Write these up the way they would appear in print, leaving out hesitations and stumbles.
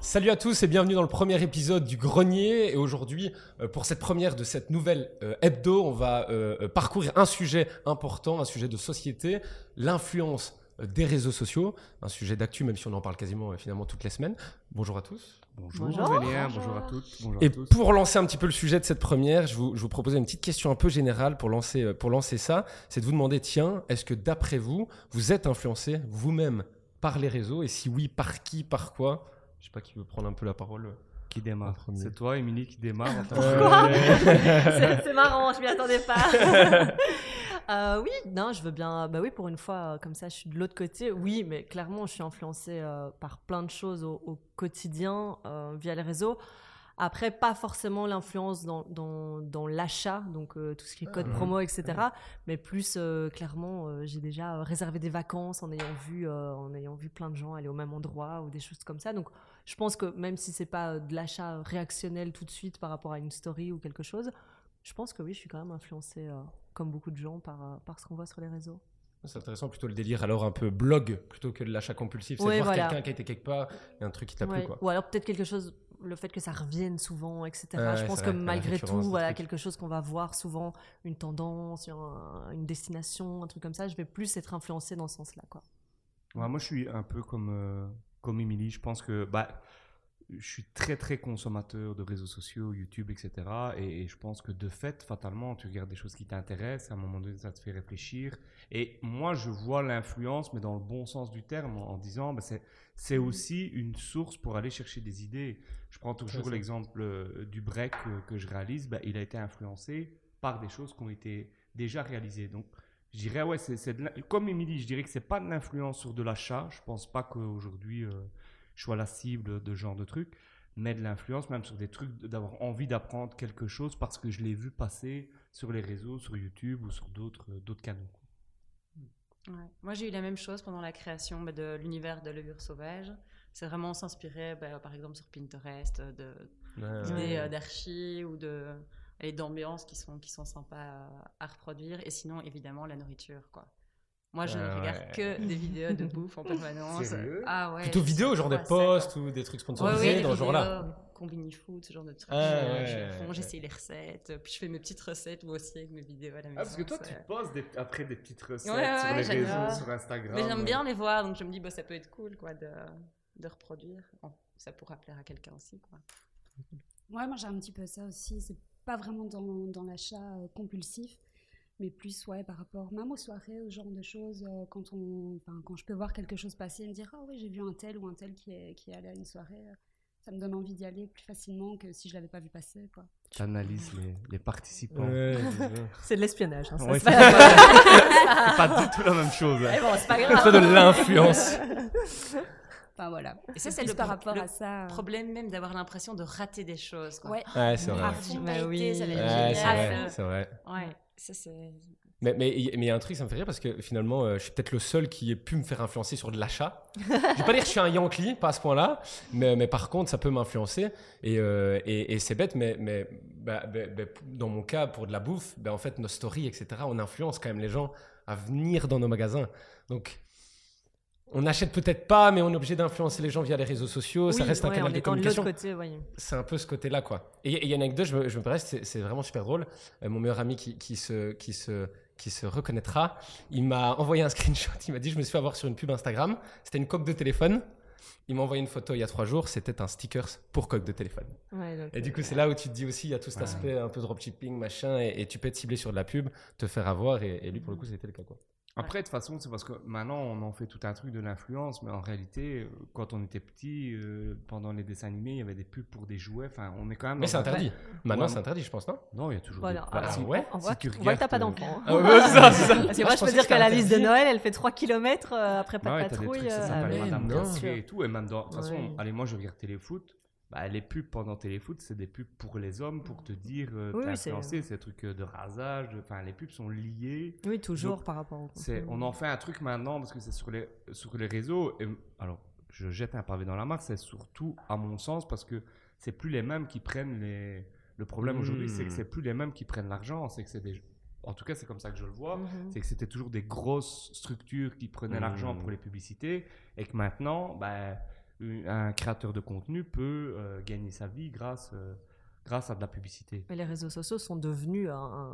Salut à tous et bienvenue dans le premier épisode du Grenier. Et aujourd'hui, pour cette première de cette nouvelle hebdo, on va parcourir un sujet important, un sujet de société, l'influence des réseaux sociaux, un sujet d'actu, même si on en parle quasiment finalement toutes les semaines. Bonjour à tous. Bonjour Aurélien, bonjour à toutes. Bonjour Et à tous. pour lancer un petit peu le sujet de cette première, je vous proposais une petite question un peu générale pour lancer ça. C'est de vous demander, tiens, est-ce que d'après vous, vous êtes influencé vous-même par les réseaux? Et si oui, par qui, par quoi? Je sais pas qui veut prendre un peu la parole. Qui démarre? premier. C'est toi, Émilie, qui démarre. C'est marrant, je m'y attendais pas. Oui, non, je veux bien. Bah oui, pour une fois, comme ça, je suis de l'autre côté. Oui, mais clairement, je suis influencée par plein de choses au quotidien via les réseaux. Après, pas forcément l'influence dans l'achat, donc tout ce qui est code promo, etc. Mais plus, clairement, j'ai déjà réservé des vacances en ayant vu plein de gens aller au même endroit ou des choses comme ça. Donc, je pense que même si c'est pas de l'achat réactionnel tout de suite par rapport à une story ou quelque chose, je pense que oui, je suis quand même influencée, comme beaucoup de gens, par ce qu'on voit sur les réseaux. C'est intéressant, plutôt le délire alors un peu blog plutôt que de l'achat compulsif. C'est Ouais, de voir voilà. quelqu'un qui a été quelque part et un truc qui t'a plu, quoi. Ou alors peut-être quelque chose, le fait que ça revienne souvent, etc. Ouais, je pense c'est que vrai, la malgré tout, récurrence des voilà, trucs. quelque chose qu'on va voir souvent, une tendance, une destination, un truc comme ça, je vais plus être influencée dans ce sens-là, quoi. Ouais, moi, je suis un peu comme Émilie. Je pense que je suis très, très consommateur de réseaux sociaux, YouTube, etc. Et je pense que de fait, fatalement, tu regardes des choses qui t'intéressent, à un moment donné, ça te fait réfléchir. Et moi, je vois l'influence, mais dans le bon sens du terme, en disant, c'est aussi une source pour aller chercher des idées. Je prends toujours l'exemple du break que je réalise. Il a été influencé par des choses qui ont été déjà réalisées. Donc, je dirais, ouais, comme Émilie, je dirais que c'est pas de l'influence sur de l'achat. Je pense pas qu'aujourd'hui, je sois la cible de ce genre de trucs, mais de l'influence même sur des trucs, d'avoir envie d'apprendre quelque chose parce que je l'ai vu passer sur les réseaux, sur YouTube ou sur d'autres canaux. Ouais. Moi, j'ai eu la même chose pendant la création de l'univers de Levure Sauvage. C'est vraiment s'inspirer, par exemple, sur Pinterest, d'idées d'archi ou d'ambiances qui sont sympas à reproduire. Et sinon, évidemment, la nourriture, quoi. Moi, je ne regarde que des vidéos de bouffe en permanence. Sérieux? Ah ouais. Plutôt vidéo, genre des posts ou des trucs sponsorisés dans ce genre-là. Combini food, ce genre de trucs. J'essaye les recettes, puis je fais mes petites recettes moi aussi avec mes vidéos à la maison. Ah, parce que toi, tu poses après des petites recettes sur ouais, les j'adore. réseaux, sur Instagram. Mais j'aime bien les voir, donc je me dis, ça peut être cool quoi, de reproduire. Bon, ça pourra plaire à quelqu'un aussi, quoi. Ouais, moi j'ai un petit peu ça aussi. C'est pas vraiment dans l'achat compulsif, mais plus par rapport même aux soirées, au genre de choses. Quand je peux voir quelque chose passer et me dire, ah oui, j'ai vu un tel ou un tel qui est allé à une soirée. Ça me donne envie d'y aller plus facilement que si je l'avais pas vu passer, quoi. Tu analyses les participants. C'est de l'espionnage. Hein, ça, Ouais, c'est c'est pas du tout la même chose. Mais bon, c'est pas grave. C'est de l'influence. Enfin voilà. Et ça, c'est plus le par rapport à ça. problème même d'avoir l'impression de rater des choses, quoi. Ouais, c'est vrai. Ah, si Bah t'as oui. été, ça va être Ouais, génial. c'est vrai. Ouais, ça c'est... Mais il y a un truc, ça me fait rire parce que finalement, je suis peut-être le seul qui ait pu me faire influencer sur de l'achat. Je vais pas dire que je suis un Yankee, pas à ce point-là, mais par contre, ça peut m'influencer. Et c'est bête, mais dans mon cas, pour de la bouffe, en fait, nos stories, etc., on influence quand même les gens à venir dans nos magasins. Donc, on n'achète peut-être pas, mais on est obligé d'influencer les gens via les réseaux sociaux. Ça reste un canal de communication. De l'autre côté, oui. C'est un peu ce côté-là, quoi. Et il y a une anecdote, je me paraît, c'est vraiment super drôle. Mon meilleur ami qui se reconnaîtra, il m'a envoyé un screenshot. Il m'a dit, je me suis fait avoir sur une pub Instagram. C'était une coque de téléphone. Il m'a envoyé une photo il y a 3 jours. C'était un stickers pour coque de téléphone. Ouais, donc, et du coup, c'est là où tu te dis aussi, il y a tout cet aspect un peu dropshipping, machin, et tu peux être ciblé sur de la pub, te faire avoir. Et lui, pour le coup, c'était le cas, quoi. Après, de toute façon, c'est parce que maintenant, on en fait tout un truc de l'influence, mais en réalité, quand on était petit, pendant les dessins animés, il y avait des pubs pour des jouets. Enfin, on est quand même. Mais c'est interdit. Maintenant, c'est interdit, je pense, non? Non, il y a toujours voilà, des. Alors, ouais. On voit tu que regardes, t'as pas d'enfant. Ah ouais, c'est ça. Parce que moi, je peux dire que la liste de Noël, elle fait 3 km après pas de patrouille. T'as des trucs, ça s'appelle Madame non. Café et tout. Et même de toute façon, allez, moi, je regarde Téléfoot. Les pubs pendant Téléfoot, c'est des pubs pour les hommes, pour te dire, t'es influencé, c'est des trucs de rasage. Enfin, les pubs sont liées. Oui, toujours. Donc, par rapport au on en fait un truc maintenant parce que c'est sur les réseaux. Et, alors, je jette un pavé dans la mare, c'est surtout, à mon sens, parce que c'est plus les mêmes qui prennent le problème aujourd'hui, c'est que c'est plus les mêmes qui prennent l'argent. C'est que c'est en tout cas, c'est comme ça que je le vois. C'est que c'était toujours des grosses structures qui prenaient l'argent pour les publicités et que maintenant, un créateur de contenu peut gagner sa vie grâce à de la publicité. Mais les réseaux sociaux sont devenus,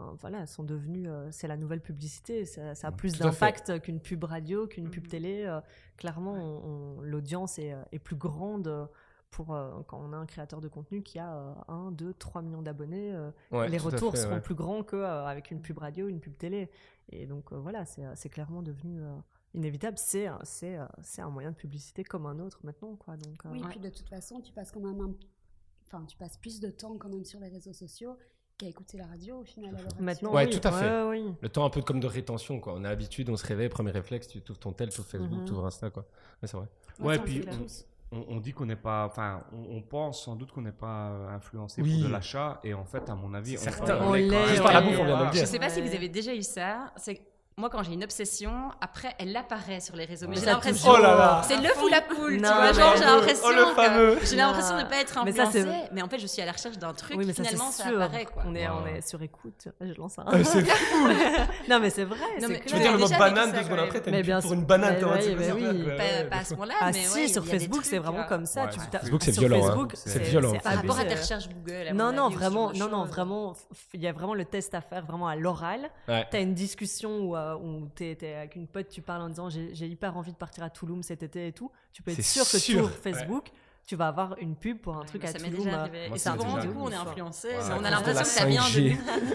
c'est la nouvelle publicité. Ça a plus Tout à d'impact qu'une pub radio, qu'une pub télé. Clairement, l'audience est plus grande quand on a un créateur de contenu qui a 1, 2, 3 millions d'abonnés. Les tout à retours fait, seront plus grands qu'avec une pub radio, une pub télé. Et donc voilà, c'est clairement devenu inévitable. C'est un moyen de publicité comme un autre maintenant, quoi. Donc, oui, puis de toute façon, tu passes quand même tu passes plus de temps quand même sur les réseaux sociaux qu'à écouter la radio au final. Maintenant, ouais, oui, tout à fait. oui. Le temps un peu comme de rétention, quoi. On a l'habitude, on se réveille, premier réflexe, tu ouvres ton tel, tu ouvres Facebook, tu ouvres Insta, quoi. Mais c'est vrai. Ouais, puis on dit qu'on n'est pas, enfin, on pense sans doute qu'on n'est pas influencé Oui. pour de l'achat, et en fait, à mon avis, certain. on l'est quand même. Juste par la bouffe, on vient de le Je dire. sais pas si vous avez déjà eu ça. C'est moi, quand j'ai une obsession, après, elle apparaît sur les réseaux. Mais Mais j'ai ça l'impression. toujours. Oh là là. C'est l'œuf ou la poule, tu Non, vois. mais- Genre, j'ai l'impression. Oh, le fameux. J'ai l'impression de ne pas être Mais ça, influencée. c'est- Mais en fait, je suis à la recherche d'un truc. Oui, mais ça, finalement, c'est ça sûr. apparaît, quoi. On est Ouais. sur écoute. Je lance un. C'est fou. Non, mais c'est vrai. Non, c'est mais Tu clair. veux dire le mot déjà banane vécu ça, 2 secondes quand après, même. t'as Mais une bien pub pour sûr. une banane, Mais t'es en oui, train de mais dire, oui. Pas à ce moment-là, Ah mais si, ouais, sur il y a des Facebook, c'est trucs, vraiment comme ça. Ouais, tu sur tapes- Facebook, c'est sur violent, hein. Facebook, C'est violent. Par rapport à abusé. tes recherches Google. à Non, mon non, avis, ou ce vraiment, genre de non, non, choses. vraiment, il y a vraiment le test à faire, vraiment à l'oral. Ouais. T'as une discussion où t'es avec une pote, tu parles en disant j'ai hyper envie de partir à Touloum cet été et tout. Tu peux être C'est sûr que tu sûr. ouvres Facebook, tu vas avoir une pub pour un truc à Ça m'est Touloum. déjà arrivé. Moi, Et ça m'est souvent, déjà du coup, on est arrivé. influencé. Ouais, mais à on cause a de l'impression la que ça vient 5G.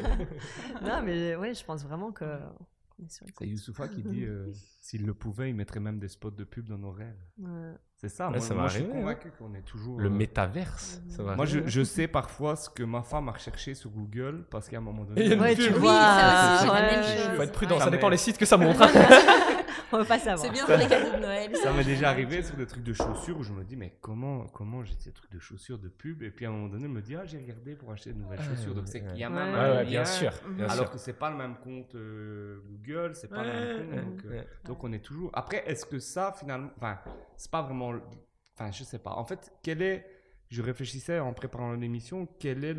de. Non, mais ouais, je pense vraiment que. on est sur C'est Youssoufa qui dit s'il le pouvait, il mettrait même des spots de pub dans nos rêves. Ouais. C'est ça, Ouais, moi, ça moi va je suis arriver, convaincu qu'on est toujours. Le métaverse, ça va Moi, arriver. je sais parfois ce que ma femme a recherché sur Google parce qu'à un moment donné. Il y a une Ouais, pub. tu Oui, vois. ça aussi, c'est ouais, la même ouais. chose. Faut être prudent, Ouais. ça Ah, dépend mais- les sites que ça montre. On veut pas savoir. C'est bien pour les cadeaux de Noël. Ça m'est déjà arrivé sur des trucs de chaussures où je me dis, mais comment j'ai ces trucs de chaussures de pub? Et puis à un moment donné, elle me dit, j'ai regardé pour acheter de nouvelles chaussures. Donc c'est qu'il y a même Ouais, un Ouais, lien, bien sûr. Bien alors sûr. que c'est pas le même compte Google, c'est pas le même compte. Donc on est toujours. Après, est-ce que ça finalement, enfin, c'est pas vraiment, enfin, je sais pas. En fait, je réfléchissais en préparant l'émission, quelle est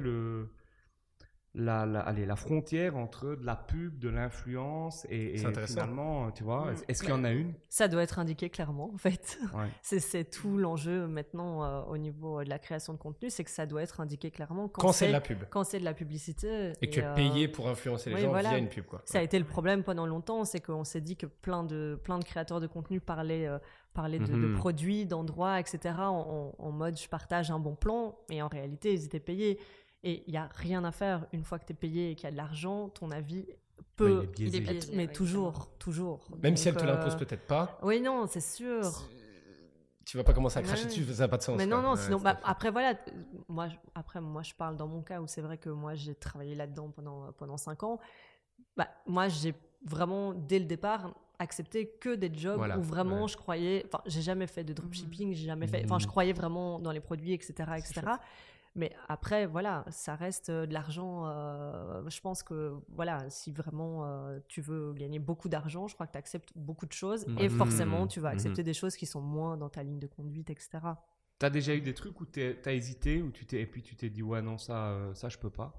la frontière entre de la pub, de l'influence et C'est intéressant. finalement, tu vois, est-ce qu'il y en a une? Ça doit être indiqué clairement, en fait. Ouais. C'est tout l'enjeu maintenant au niveau de la création de contenu, c'est que ça doit être indiqué clairement Quand c'est de la pub. quand c'est de la publicité. Et que tu es payé pour influencer les oui, gens voilà. via une pub, quoi. Ça a été le problème pendant longtemps, c'est qu'on s'est dit que plein de créateurs de contenu parlaient de produits, d'endroits, etc. en mode je partage un bon plan, et en réalité ils étaient payés. Et il n'y a rien à faire une fois que tu es payé et qu'il y a de l'argent, ton avis peut Ouais, il est biaisé. Il est être, biaisé, mais oui, toujours. Même Donc, si elle te l'impose peut-être pas, Oui, non, c'est sûr. tu vas pas commencer à cracher Ouais. dessus, ça n'a pas de sens. Mais non, quoi. non, Ouais, sinon, tout à fait. après, voilà, moi, je parle dans mon cas où c'est vrai que moi, j'ai travaillé là-dedans pendant 5 ans. Moi, j'ai vraiment, dès le départ, accepté que des jobs Voilà, où vraiment ouais. je croyais, enfin, j'ai jamais fait de dropshipping, j'ai jamais fait, enfin, je croyais vraiment dans les produits, etc., etc. Mais après, voilà, ça reste de l'argent. Je pense que, voilà, si vraiment tu veux gagner beaucoup d'argent, je crois que tu acceptes beaucoup de choses. Et forcément, tu vas accepter des choses qui sont moins dans ta ligne de conduite, etc. T'as déjà eu des trucs où t'as hésité, et puis tu t'es dit, ouais, non, ça je peux pas.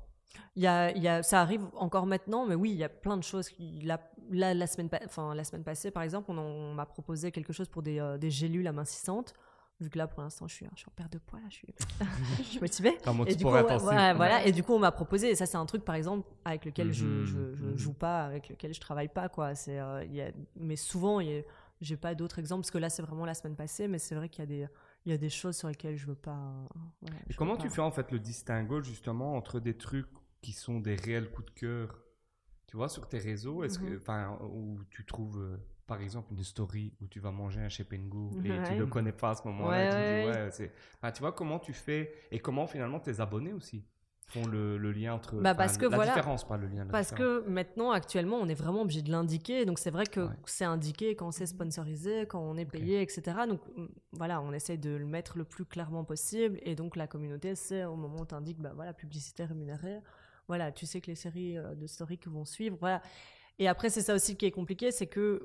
Ça arrive encore maintenant, mais oui, il y a plein de choses. La semaine passée, par exemple, on m'a proposé quelque chose pour des gélules amincissantes. Vu que là, pour l'instant, je suis en perte de poids, là, je suis motivée. T'es en mode Et du sport coup, intensif. voilà. Et du coup, on m'a proposé, et ça, c'est un truc, par exemple, avec lequel je joue pas, avec lequel je travaille pas, quoi. Mais souvent, j'ai pas d'autres exemples, parce que là, c'est vraiment la semaine passée, mais c'est vrai qu'il y a des choses sur lesquelles je veux pas. Voilà, Et comment tu fais en fait le distinguo justement entre des trucs qui sont des réels coups de cœur, tu vois, sur tes réseaux, est-ce que, enfin, où tu trouves par exemple une story où tu vas manger un Chepengu et tu le connais pas à ce moment-là, et tu te dis ouais, enfin, tu vois comment tu fais et comment finalement tes abonnés aussi font le lien entre parce que la voilà, différence, pas le lien. Parce que maintenant, actuellement, on est vraiment obligé de l'indiquer. Donc, c'est vrai que Ouais. c'est indiqué quand c'est sponsorisé, quand on est payé, etc. Donc, voilà, on essaie de le mettre le plus clairement possible. Et donc, la communauté, c'est au moment où tu indiques, voilà, publicité rémunérée. Voilà, tu sais que les séries de story vont suivre. Voilà. Et après, c'est ça aussi qui est compliqué, c'est que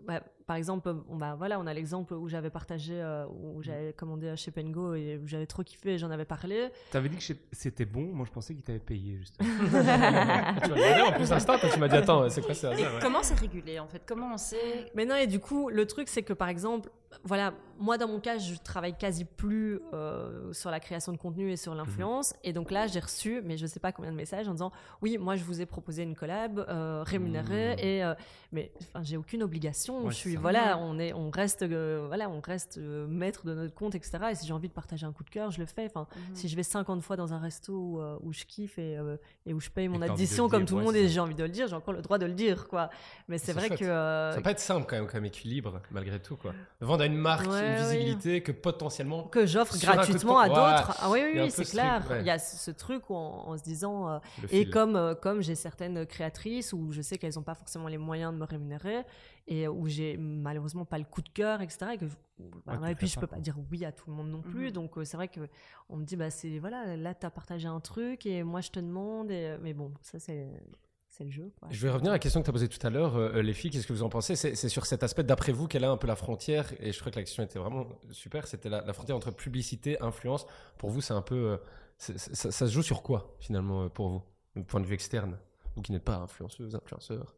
par exemple, on a l'exemple où j'avais partagé, où j'avais commandé chez Pengo et où j'avais trop kiffé et j'en avais parlé. T'avais dit que c'était bon, moi je pensais qu'il t'avait payé, justement. Tu m'as regardé en plus Insta, toi, tu m'as dit attends, c'est quoi ça? Comment c'est régulé en fait? Comment on sait? Mais non, et du coup, le truc, c'est que par exemple, voilà, moi dans mon cas, je travaille quasi plus sur la création de contenu et sur l'influence. Et donc là, j'ai reçu, mais je sais pas combien de messages en disant oui, moi je vous ai proposé une collab rémunérée, mais j'ai aucune obligation. Ouais, je suis, ça. voilà, on reste maître de notre compte, etc. Et si j'ai envie de partager un coup de cœur, je le fais. Enfin, si je vais 50 fois dans un resto où je kiffe et où je paye mon t'as envie de addition le comme dire, tout le ouais, monde c'est et ça. j'ai envie de le dire, j'ai encore le droit de le dire, quoi. Mais c'est vrai chouette. que Ça va pas être simple quand même comme équilibre, malgré tout, quoi. Vendre à une marque Ouais, une visibilité que potentiellement... que j'offre Sur un coup de gratuitement à poing. d'autres. Ouais. Ah oui, Il y a un oui, peu c'est ce clair. truc, ouais. Il y a ce truc où en se disant... le et fil. comme j'ai certaines créatrices où je sais qu'elles n'ont pas forcément les moyens de me rémunérer et où j'ai malheureusement pas le coup de cœur, etc. Et, et puis je peux pas dire oui à tout le monde non plus. Donc c'est vrai qu'on me dit, voilà, là tu as partagé un truc et moi je te demande. Mais bon, ça c'est le jeu, quoi. Je vais revenir à la question que tu as posée tout à l'heure, les filles, qu'est-ce que vous en pensez? C'est sur cet aspect, d'après vous, quelle est un peu la frontière? Et je crois que la question était vraiment super, c'était la frontière entre publicité, influence. Pour vous, c'est un peu... ça se joue sur quoi, finalement, pour vous, du point de vue externe? Vous qui n'êtes pas influenceuse, influenceur.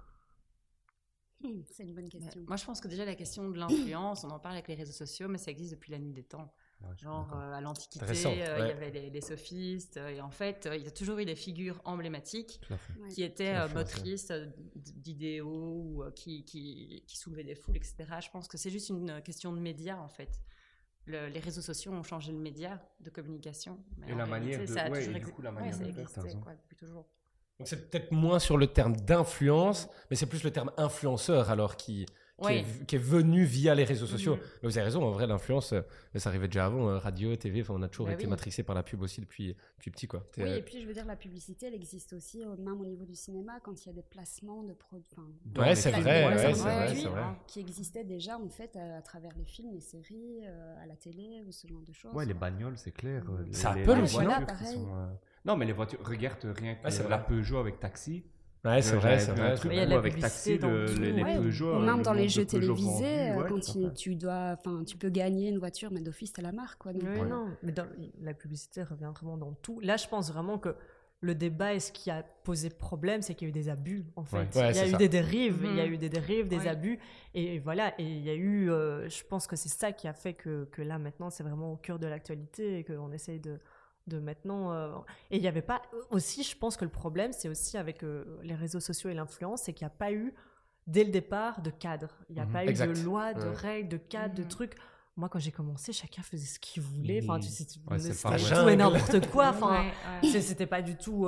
C'est une bonne question. Moi, je pense que déjà la question de l'influence, on en parle avec les réseaux sociaux, mais ça existe depuis la nuit des temps. Ouais, je suis Genre d'accord. à l'Antiquité, Intéressant, il y ouais. avait les sophistes, et en fait, il y a toujours eu des figures emblématiques Tout à fait. Ouais. qui étaient Influenceurs. motrices d'idéaux ou qui soulevaient des foules, etc. Je pense que c'est juste une question de médias, en fait. Les réseaux sociaux ont changé le média de communication. Mais Et en la réalité, manière de- ça a ouais, toujours et du coup, la manière ça de faire, t'as existait, raison. quoi, depuis toujours. Donc c'est peut-être moins sur le terme d'influence, mais c'est plus le terme influenceur, alors qui Ouais. est venu via les réseaux sociaux. Mhm. Mais vous avez raison, en vrai, l'influence, ça arrivait déjà avant, radio, TV, on a toujours Bah été oui. matrixé par la pub aussi depuis petit, quoi. Oui, et puis je veux dire, la publicité, elle existe aussi, même au niveau du cinéma, quand il y a des placements de produits. Dans Ouais, les c'est films, vrai, ouais, ouais, ça, c'est ouais. vrai, produits c'est vrai. qui existaient déjà, en fait, à travers les films, les séries, à la télé, ou ce genre de choses. Ouais, les bagnoles, c'est clair. C'est Apple les aussi, voitures non qui pareil. sont, Non, mais les voitures, regarde rien que Ouais, c'est la vrai. Peugeot avec taxi. Ouais, c'est vrai, c'est J'avais vu vrai. un truc Mais il y a de la avec publicité taxi, dans tout. les Ouais, Peugeot. ou même le dans les nombre jeux de Peugeot télévisés, vendus, ouais, quand tout à fait. tu peux gagner une voiture, mais d'office, t'as la marque, quoi. Donc, Oui, non, mais la publicité revient vraiment dans tout. Là, je pense vraiment que le débat et ce qui a posé problème, c'est qu'il y a eu des abus, en fait. Ouais. Il y Ouais, a c'est eu ça. des dérives, Mhm. il y a eu des dérives, des Ouais. abus, et voilà. Et il y a eu, je pense que c'est ça qui a fait que là, maintenant, c'est vraiment au cœur de l'actualité et qu'on essaye de maintenant... Et il n'y avait pas... Aussi, je pense que le problème, c'est aussi avec les réseaux sociaux et l'influence, c'est qu'il n'y a pas eu, dès le départ, de cadre. Il n'y a pas eu Exact. de loi, de Ouais. règles, de cadre, de Mhm. trucs. Moi, quand j'ai commencé, chacun faisait ce qu'il voulait. Enfin, tu sais, Ouais, c'est le c'était Far tout West. et n'importe quoi. Enfin, Ouais, ouais. c'était pas du tout,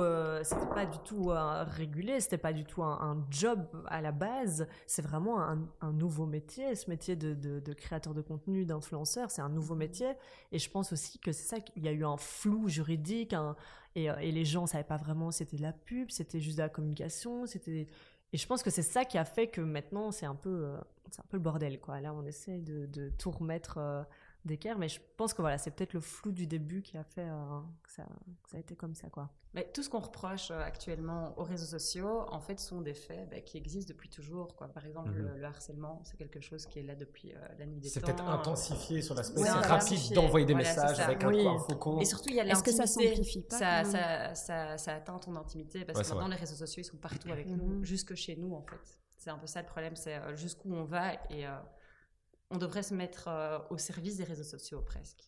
régulé. C'était pas du tout un job à la base. C'est vraiment un nouveau métier. Ce métier de créateur de contenu, d'influenceur, c'est un nouveau métier. Et je pense aussi que c'est ça qu'il y a eu un flou juridique. Et les gens savaient pas vraiment si c'était de la pub, c'était juste de la communication, Et je pense que c'est ça qui a fait que maintenant c'est un peu le bordel, quoi. Là, on essaie de tout remettre d'équerre, mais je pense que voilà, c'est peut-être le flou du début qui a fait que ça a été comme ça, quoi. Mais tout ce qu'on reproche actuellement aux réseaux sociaux, en fait, sont des faits qui existent depuis toujours, quoi. Par exemple, le harcèlement, c'est quelque chose qui est là depuis la nuit des temps. C'est peut-être intensifié sur l'aspect Ouais, c'est voilà. rapide d'envoyer des Voilà, c'est messages ça. avec un Oui. point focaux. Et surtout, il y a Est-ce que ça l'intimité. s'amplifie pas, ça, quand même ça atteint ton intimité parce Ouais, que c'est maintenant, vrai. les réseaux sociaux, ils sont partout avec Mhm. nous, jusque chez nous, en fait. C'est un peu ça le problème, c'est jusqu'où on va et on devrait se mettre au service des réseaux sociaux, presque.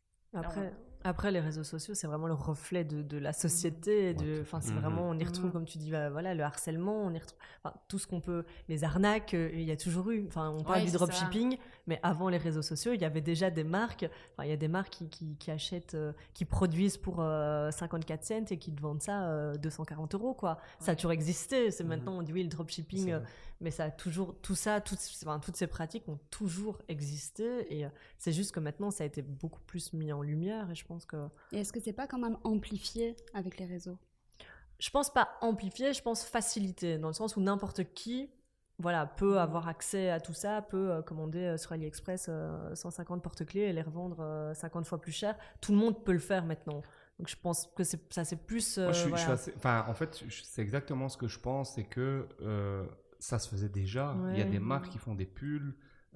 Après, les réseaux sociaux, c'est vraiment le reflet de la société. C'est vraiment, on y retrouve, Mhm. comme tu dis, voilà, le harcèlement, on y retrouve tout ce qu'on peut, les arnaques, il y a toujours eu. Enfin, on parle Ouais, du c'est dropshipping, mais avant les réseaux sociaux, il y avait déjà des marques. Enfin, il y a des marques qui achètent, qui produisent pour 54 cents et qui te vendent ça 240 €, quoi. Ça a Ouais. toujours existé. C'est maintenant, on dit oui, le dropshipping, C'est vrai. mais ça a toujours, toutes ces pratiques ont toujours existé. Et c'est juste que maintenant, ça a été beaucoup plus mis en lumière. Et je pense que Et est-ce que c'est pas quand même amplifié avec les réseaux? je pense pas amplifier, je pense faciliter, dans le sens où n'importe qui, voilà, peut avoir accès à tout ça, peut commander sur AliExpress 150 porte-clés et les revendre 50 fois plus cher. Tout le monde peut le faire maintenant. Donc je pense que ça c'est plus. Moi, je suis voilà. assez... Enfin, en fait, c'est exactement ce que je pense, c'est que ça se faisait déjà. Il y a des marques qui font des pulls.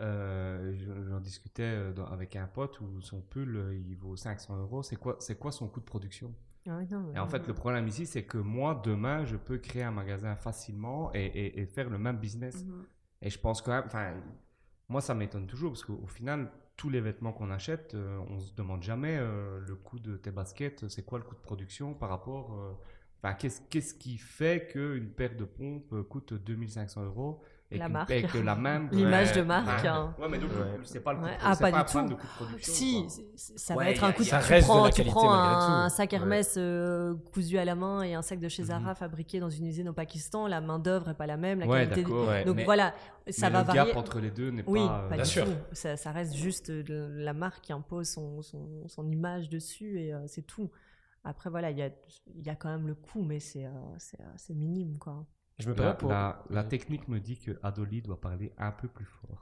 J'en discutais avec un pote où son pull, il vaut 500 €. C'est quoi son coût de production? Et en fait, le problème ici, c'est que moi, demain, je peux créer un magasin facilement et faire le même business. Et je pense quand même, enfin, moi, ça m'étonne toujours parce qu'au final, tous les vêtements qu'on achète, on se demande jamais le coût de tes baskets, c'est quoi le coût de production par rapport. Enfin, qu'est-ce qui fait qu'une paire de pompes coûte 2500 € et La marque. que la même. L'image de marque. Hein. Ouais, mais donc, c'est pas le coût de Ah, pas un du problème tout. de coût de production. Si, quoi. ça va être un coup de... ça reste de la Tu qualité prends malgré tout. un sac Hermès cousu à la main et un sac de chez Zara fabriqué dans une usine au Pakistan, la main d'œuvre est pas la même, la qualité. d'accord. Donc mais, voilà, ça mais va le varier. gap entre les deux n'est Oui, pas. pas Bien du sûr. tout. Ça reste juste la marque qui impose son image dessus et c'est tout. Après voilà, il y a quand même le coût, mais c'est minime quoi. Je me permets pour... La technique me dit que Adoli doit parler un peu plus fort.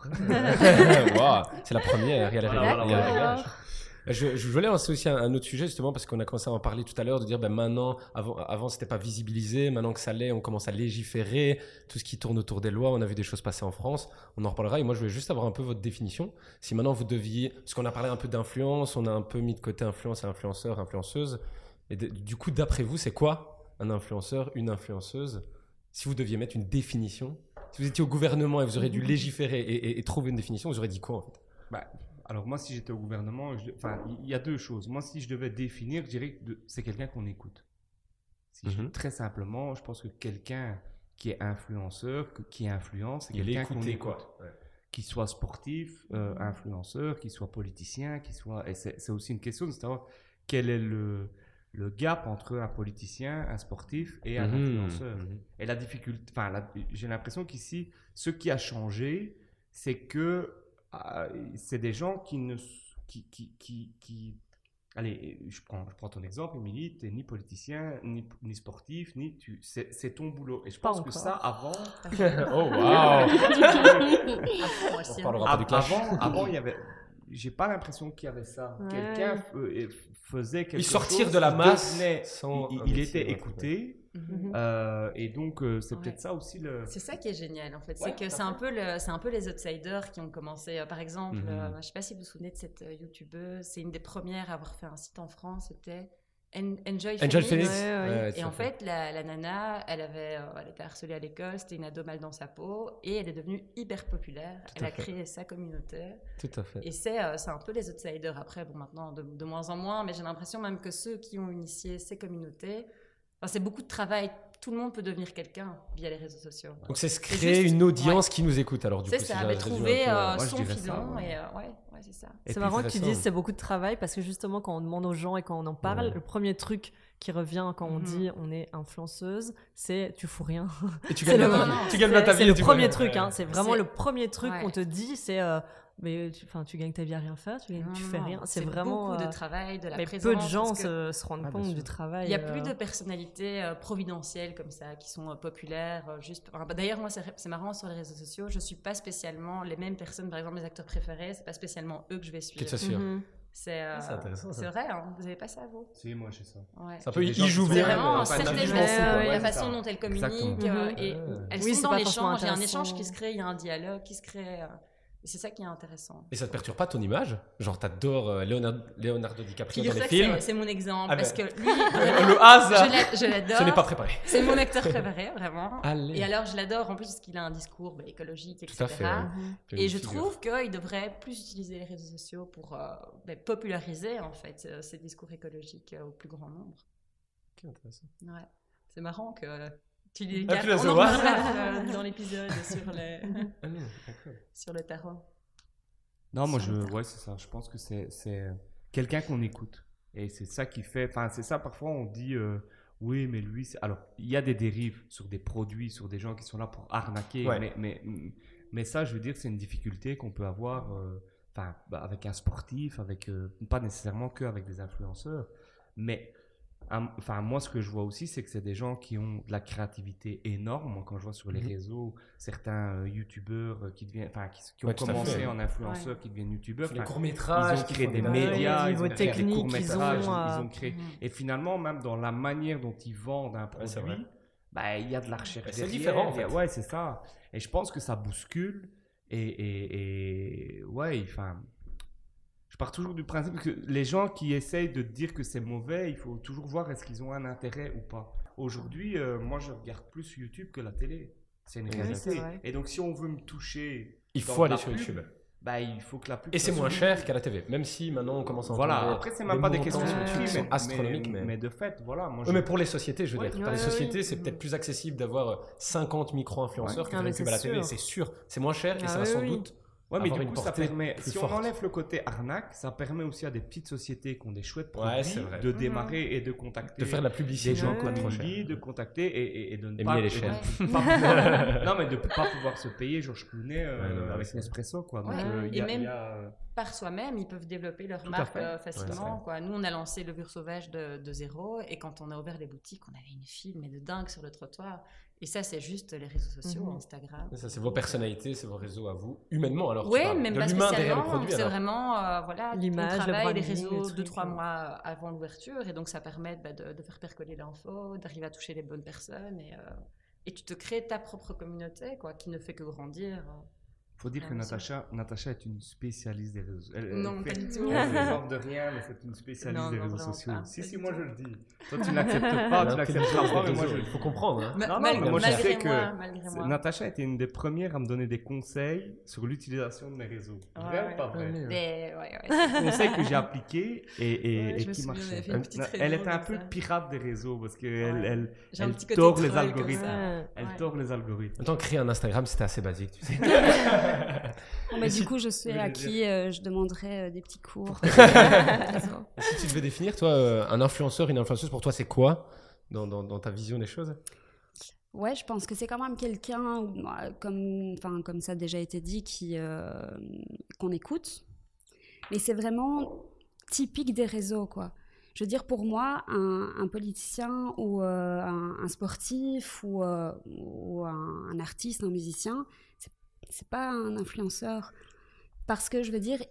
Wow, c'est la première, il y a Voilà, il y a le réglage. Je voulais lancer aussi un autre sujet justement parce qu'on a commencé à en parler tout à l'heure de dire maintenant, avant c'était pas visibilisé, maintenant que ça l'est, on commence à légiférer, tout ce qui tourne autour des lois, on a vu des choses passer en France, on en reparlera et moi je voulais juste avoir un peu votre définition. Si maintenant vous deviez, parce qu'on a parlé un peu d'influence, on a un peu mis de côté influence et influenceur, influenceuse, et du coup d'après vous c'est quoi un influenceur, une influenceuse? Si vous deviez mettre une définition, si vous étiez au gouvernement et vous auriez dû légiférer et trouver une définition, vous auriez dit quoi en fait? Alors moi, si j'étais au gouvernement, il y a deux choses. Moi, si je devais définir, je dirais que c'est quelqu'un qu'on écoute. Très simplement, je pense que quelqu'un qui est influenceur, qui influence, c'est quelqu'un qu'on écoute. Qu'il soit sportif, influenceur, qu'il soit politicien, qu'il soit... Et c'est aussi une question de savoir quel est le gap entre un politicien, un sportif et un influenceur. Et la difficulté... j'ai l'impression qu'ici, ce qui a changé, c'est que c'est des gens qui allez, je prends ton exemple, Émilie, tu n'es ni politicien, ni sportif, c'est ton boulot. Et je pense que ça, avant... Oh, waouh! On parlera pas du clash. Avant, il y avait... J'ai pas l'impression qu'il y avait ça. Ouais. Quelqu'un faisait quelque chose... sortir de la masse sans il était écouté. Et donc, c'est peut-être ça aussi le... C'est ça qui est génial en fait, Ouais, c'est que c'est un peu les outsiders qui ont commencé. Par exemple, je sais pas si vous vous souvenez de cette youtubeuse, c'est une des premières à avoir fait un site en France, c'était Enjoy Phoenix. Et en fait, la nana, elle était harcelée à l'école, c'était une ado mal dans sa peau, et elle est devenue hyper populaire. Elle a créé sa communauté. Tout à fait. Et c'est un peu les outsiders. Après, bon, maintenant, de moins en moins, mais j'ai l'impression même que ceux qui ont initié ces communautés, c'est beaucoup de travail. Tout le monde peut devenir quelqu'un via les réseaux sociaux. Donc c'est se créer une audience qui nous écoute. Alors du coup, c'est ça, mais trouver son filon. C'est ça. C'est marrant que tu dises c'est beaucoup de travail parce que justement quand on demande aux gens et quand on en parle, le premier truc qui revient quand on dit on est influenceuse, c'est tu fous rien. Et tu gagnes bien ta vie. C'est le premier truc, c'est vraiment le premier truc qu'on te dit, c'est mais tu gagnes ta vie à rien faire, tu fais rien. C'est vraiment beaucoup de travail, de la présence. Peu de gens se rendent compte du travail. Il n'y a plus de personnalités providentielles comme ça qui sont populaires. D'ailleurs, moi, c'est marrant sur les réseaux sociaux. Je suis pas spécialement les mêmes personnes. Par exemple, mes acteurs préférés, c'est pas spécialement eux que je vais suivre. C'est intéressant. C'est vrai, vous n'avez pas ça, vous? Si, moi j'ai ça. Ouais. Ça peut, ils jouent bien. C'est vraiment la façon dont elles communiquent. Et elles sont dans l'échange. Il y a un échange qui se crée, il y a un dialogue qui se crée. Et c'est ça qui est intéressant. Et ça te perturbe pas ton image? Genre, t'adores Leonardo DiCaprio dans les films? C'est mon exemple. Parce que lui, le hasard, je l'adore. Ce n'est pas préparé. C'est mon acteur préféré, vraiment. Allez. Et alors, je l'adore en plus parce qu'il a un discours écologique, etc. Tout à fait. Et je trouve qu'il devrait plus utiliser les réseaux sociaux pour populariser, en fait, ces discours écologiques au plus grand nombre. Quel intéressant. Ouais. C'est marrant que... Tu les on en parle dans l'épisode sur le tarot. Non, moi, c'est ça. Je pense que c'est quelqu'un qu'on écoute. Et c'est ça qui fait... Enfin, c'est ça, parfois, on dit... oui, mais lui... Alors, il y a des dérives sur des produits, sur des gens qui sont là pour arnaquer. Ouais. Mais ça, je veux dire, c'est une difficulté qu'on peut avoir avec un sportif, pas nécessairement qu'avec des influenceurs. Mais... moi, ce que je vois aussi, c'est que c'est des gens qui ont de la créativité énorme. Moi, quand je vois sur les réseaux certains youtubeurs qui ont commencé en influenceurs, qui deviennent youtubeurs, des courts-métrages, ils ont créé des médias, ils ont créé des courts-métrages, ils ont créé... Et finalement, même dans la manière dont ils vendent un produit, bah, il y a de la recherche. C'est derrière, différent, en fait. Ouais, c'est ça. Et je pense que ça bouscule. Et ouais, enfin, je pars toujours du principe que les gens qui essayent de dire que c'est mauvais, il faut toujours voir est-ce qu'ils ont un intérêt ou pas. Aujourd'hui, moi, je regarde plus YouTube que la télé. C'est une réalité. c'est vrai. Et donc, si on veut me toucher, Il dans faut aller la sur pub, YouTube. bah, il faut que la pub Et soit c'est sur moins YouTube. cher qu'à la TV. Même si maintenant on commence à Voilà, entendre après, c'est même pas des montants questions sur de YouTube prix, qui sont astronomiques. mais de fait, voilà. Moi, Oui, mais pour les sociétés, je veux Ouais. dire. Ouais, Pour les ouais, sociétés, oui. c'est peut-être plus accessible d'avoir 50 micro-influenceurs Ouais. que Ah, faire mais une pub c'est à la télé. sûr. C'est sûr. C'est moins cher et Ah ça va oui, sans oui. doute Ouais, mais avoir du une coup, ça portée permet, plus si forte. on enlève le côté arnaque, ça permet aussi à des petites sociétés qui ont des chouettes produits Ouais, c'est vrai. de démarrer et de contacter de faire de la des publicité gens Ouais, comme ouais. pas trop cher. Emily, de contacter et de ne Emily, pas, elle est et de chère. ne pas pouvoir, non, mais de pas pouvoir se payer Georges Clooney non, avec c'est- Nespresso, quoi. Donc, Ouais. il Et y a- même- il y a, Par soi-même, ils peuvent développer leur Tout à marque fait. facilement. Ouais, quoi. Nous, on a lancé le Levure Sauvage de zéro. Et quand on a ouvert les boutiques, on avait une file mais de dingue sur le trottoir. Et ça, c'est juste les réseaux sociaux, Mhm. Instagram. Ça, c'est vos personnalités, c'est vos réseaux à vous, humainement. Alors, tu Oui, parles même de pas l'humain derrière le spécialement. produit. C'est alors. vraiment voilà, L'image, on le travaille les branding, les réseaux trucs, 2-3 ouais. mois avant l'ouverture. Et donc, ça permet de faire percoler l'info, d'arriver à toucher les bonnes personnes. Et tu te crées ta propre communauté quoi, qui ne fait que grandir. faut dire que bien sûr. Natasha est une spécialiste des réseaux. Non, pas du tout. Elle fait genre de rien, mais c'est une spécialiste Non, des non, réseaux vraiment sociaux. pas. Si, Pas si, du moi tout. je le dis. Toi, tu n'acceptes pas, tu n'acceptes pas, mais moi je le Il dis. faut comprendre. Hein. Non, Mal- mais moi, je malgré sais que moi, malgré moi. Natacha était une des premières à me donner des conseils sur l'utilisation de mes réseaux. Vrai Ouais. ou pas vrai? Ouais. Conseils que j'ai appliqués et Ouais, je me qui souviens, on marchaient. avait fait une petite Elle réunion était un comme peu ça. pirate des réseaux parce Ouais. qu'elle J'ai un elle petit côté tord les troll comme algorithmes. ça. Ouais. Elle Ouais. tord les algorithmes. En tant que créer un Instagram, c'était assez basique. Tu sais. Bon, bah, si- du coup, je sais Oui, à je qui je demanderais des petits cours. Si tu devais définir, toi, un influenceur, une influenceuse, pour toi, c'est quoi dans ta vision des choses? Ouais, je pense que c'est quand même quelqu'un, comme ça a déjà été dit, qu'on écoute. Mais c'est vraiment typique des réseaux, quoi. Je veux dire, pour moi, un politicien ou un sportif ou un artiste, un musicien, c'est pas un influenceur. Parce que, je veux dire,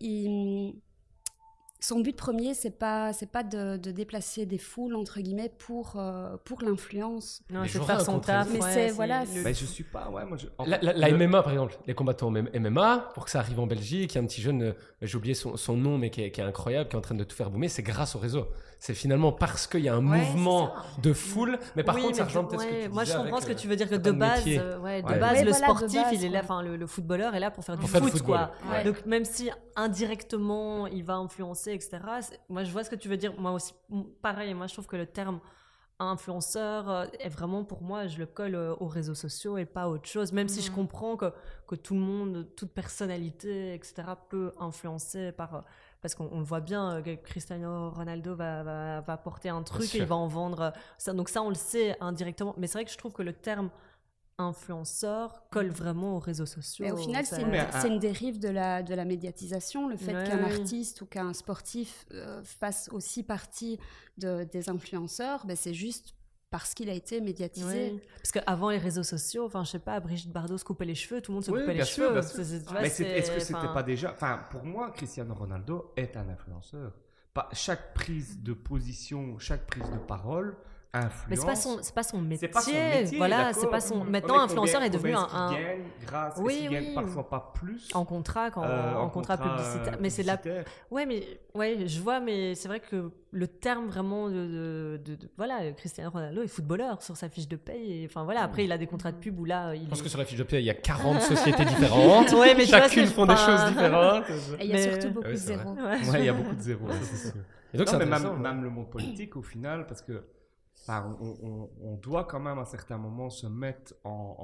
son but premier, c'est pas de déplacer des foules, entre guillemets, pour l'influence. Non, Mais c'est de j'aurais faire un son contre-exemple. taf. Mais ouais, c'est- voilà, le- Mais je suis pas. Ouais, moi, La MMA, par exemple, les combattants MMA, pour que ça arrive en Belgique, il y a un petit jeune, j'ai oublié son nom, mais qui est incroyable, qui est en train de tout faire boomer, c'est grâce au réseau. C'est finalement parce qu'il y a un Ouais, mouvement c'est de foule, mais par Oui, contre, ça mais rejoint peut-être ce que ouais, tu moi je disais comprends avec, ce que tu veux dire que t'as de pas de base, métier. de Ouais. base Ouais, le voilà, de sportif base, il est là, quoi. enfin le footballeur est là pour faire du Pour faire du foot football. quoi. Ouais. Donc même si indirectement il va influencer etc. Moi je vois ce que tu veux dire. Moi aussi pareil. Moi je trouve que le terme influenceur est vraiment pour moi je le colle aux réseaux sociaux et pas à autre chose. Même si je comprends que tout le monde, toute personnalité etc. peut influencer parce qu'on le voit bien, que Cristiano Ronaldo va porter un truc et sûr. il va en vendre. Donc ça, on le sait indirectement. Mais c'est vrai que je trouve que le terme influenceur colle vraiment aux réseaux sociaux. Mais au final, Ça- c'est une dérive de la médiatisation. Le fait Ouais, qu'un ouais. artiste ou qu'un sportif fasse aussi partie des influenceurs, ben, c'est juste parce qu'il a été médiatisé. Ouais. Parce qu'avant les réseaux sociaux, enfin, je sais pas, Brigitte Bardot se coupait les cheveux, tout le monde se Oui, coupait bien les sûr, cheveux. bien sûr. Tu vois, Mais est-ce que c'était enfin, pas déjà. Enfin, pour moi, Cristiano Ronaldo est un influenceur. Chaque prise de position, chaque prise de parole influence. Mais c'est pas son métier. C'est pas son métier, Voilà, d'accord. c'est pas son. Ouais, Maintenant, mais influenceur est devenu combien est-ce un qu'il gagne grâce, Oui, est-ce qu'il gagne oui. parfois pas plus en contrat, en contrat publicitaire. Mais c'est là. publicitaire. Ouais, je vois, mais c'est vrai que le terme vraiment voilà, Cristiano Ronaldo est footballeur sur sa fiche de paye. Et, enfin voilà, après il a des contrats de pub où là, il. Je pense que sur la fiche de paie, il y a 40 sociétés différentes. Ouais, mais tu vois, Chacune c'est font des pas- choses différentes. Et il y a Mais- surtout beaucoup Ouais, de c'est vrai. zéros. Ouais. Ouais, il y a beaucoup de zéros, ça, c'est sûr. Et donc, Non, c'est mais intéressant. même le monde politique, au final, parce que enfin, on doit quand même à certains moments se mettre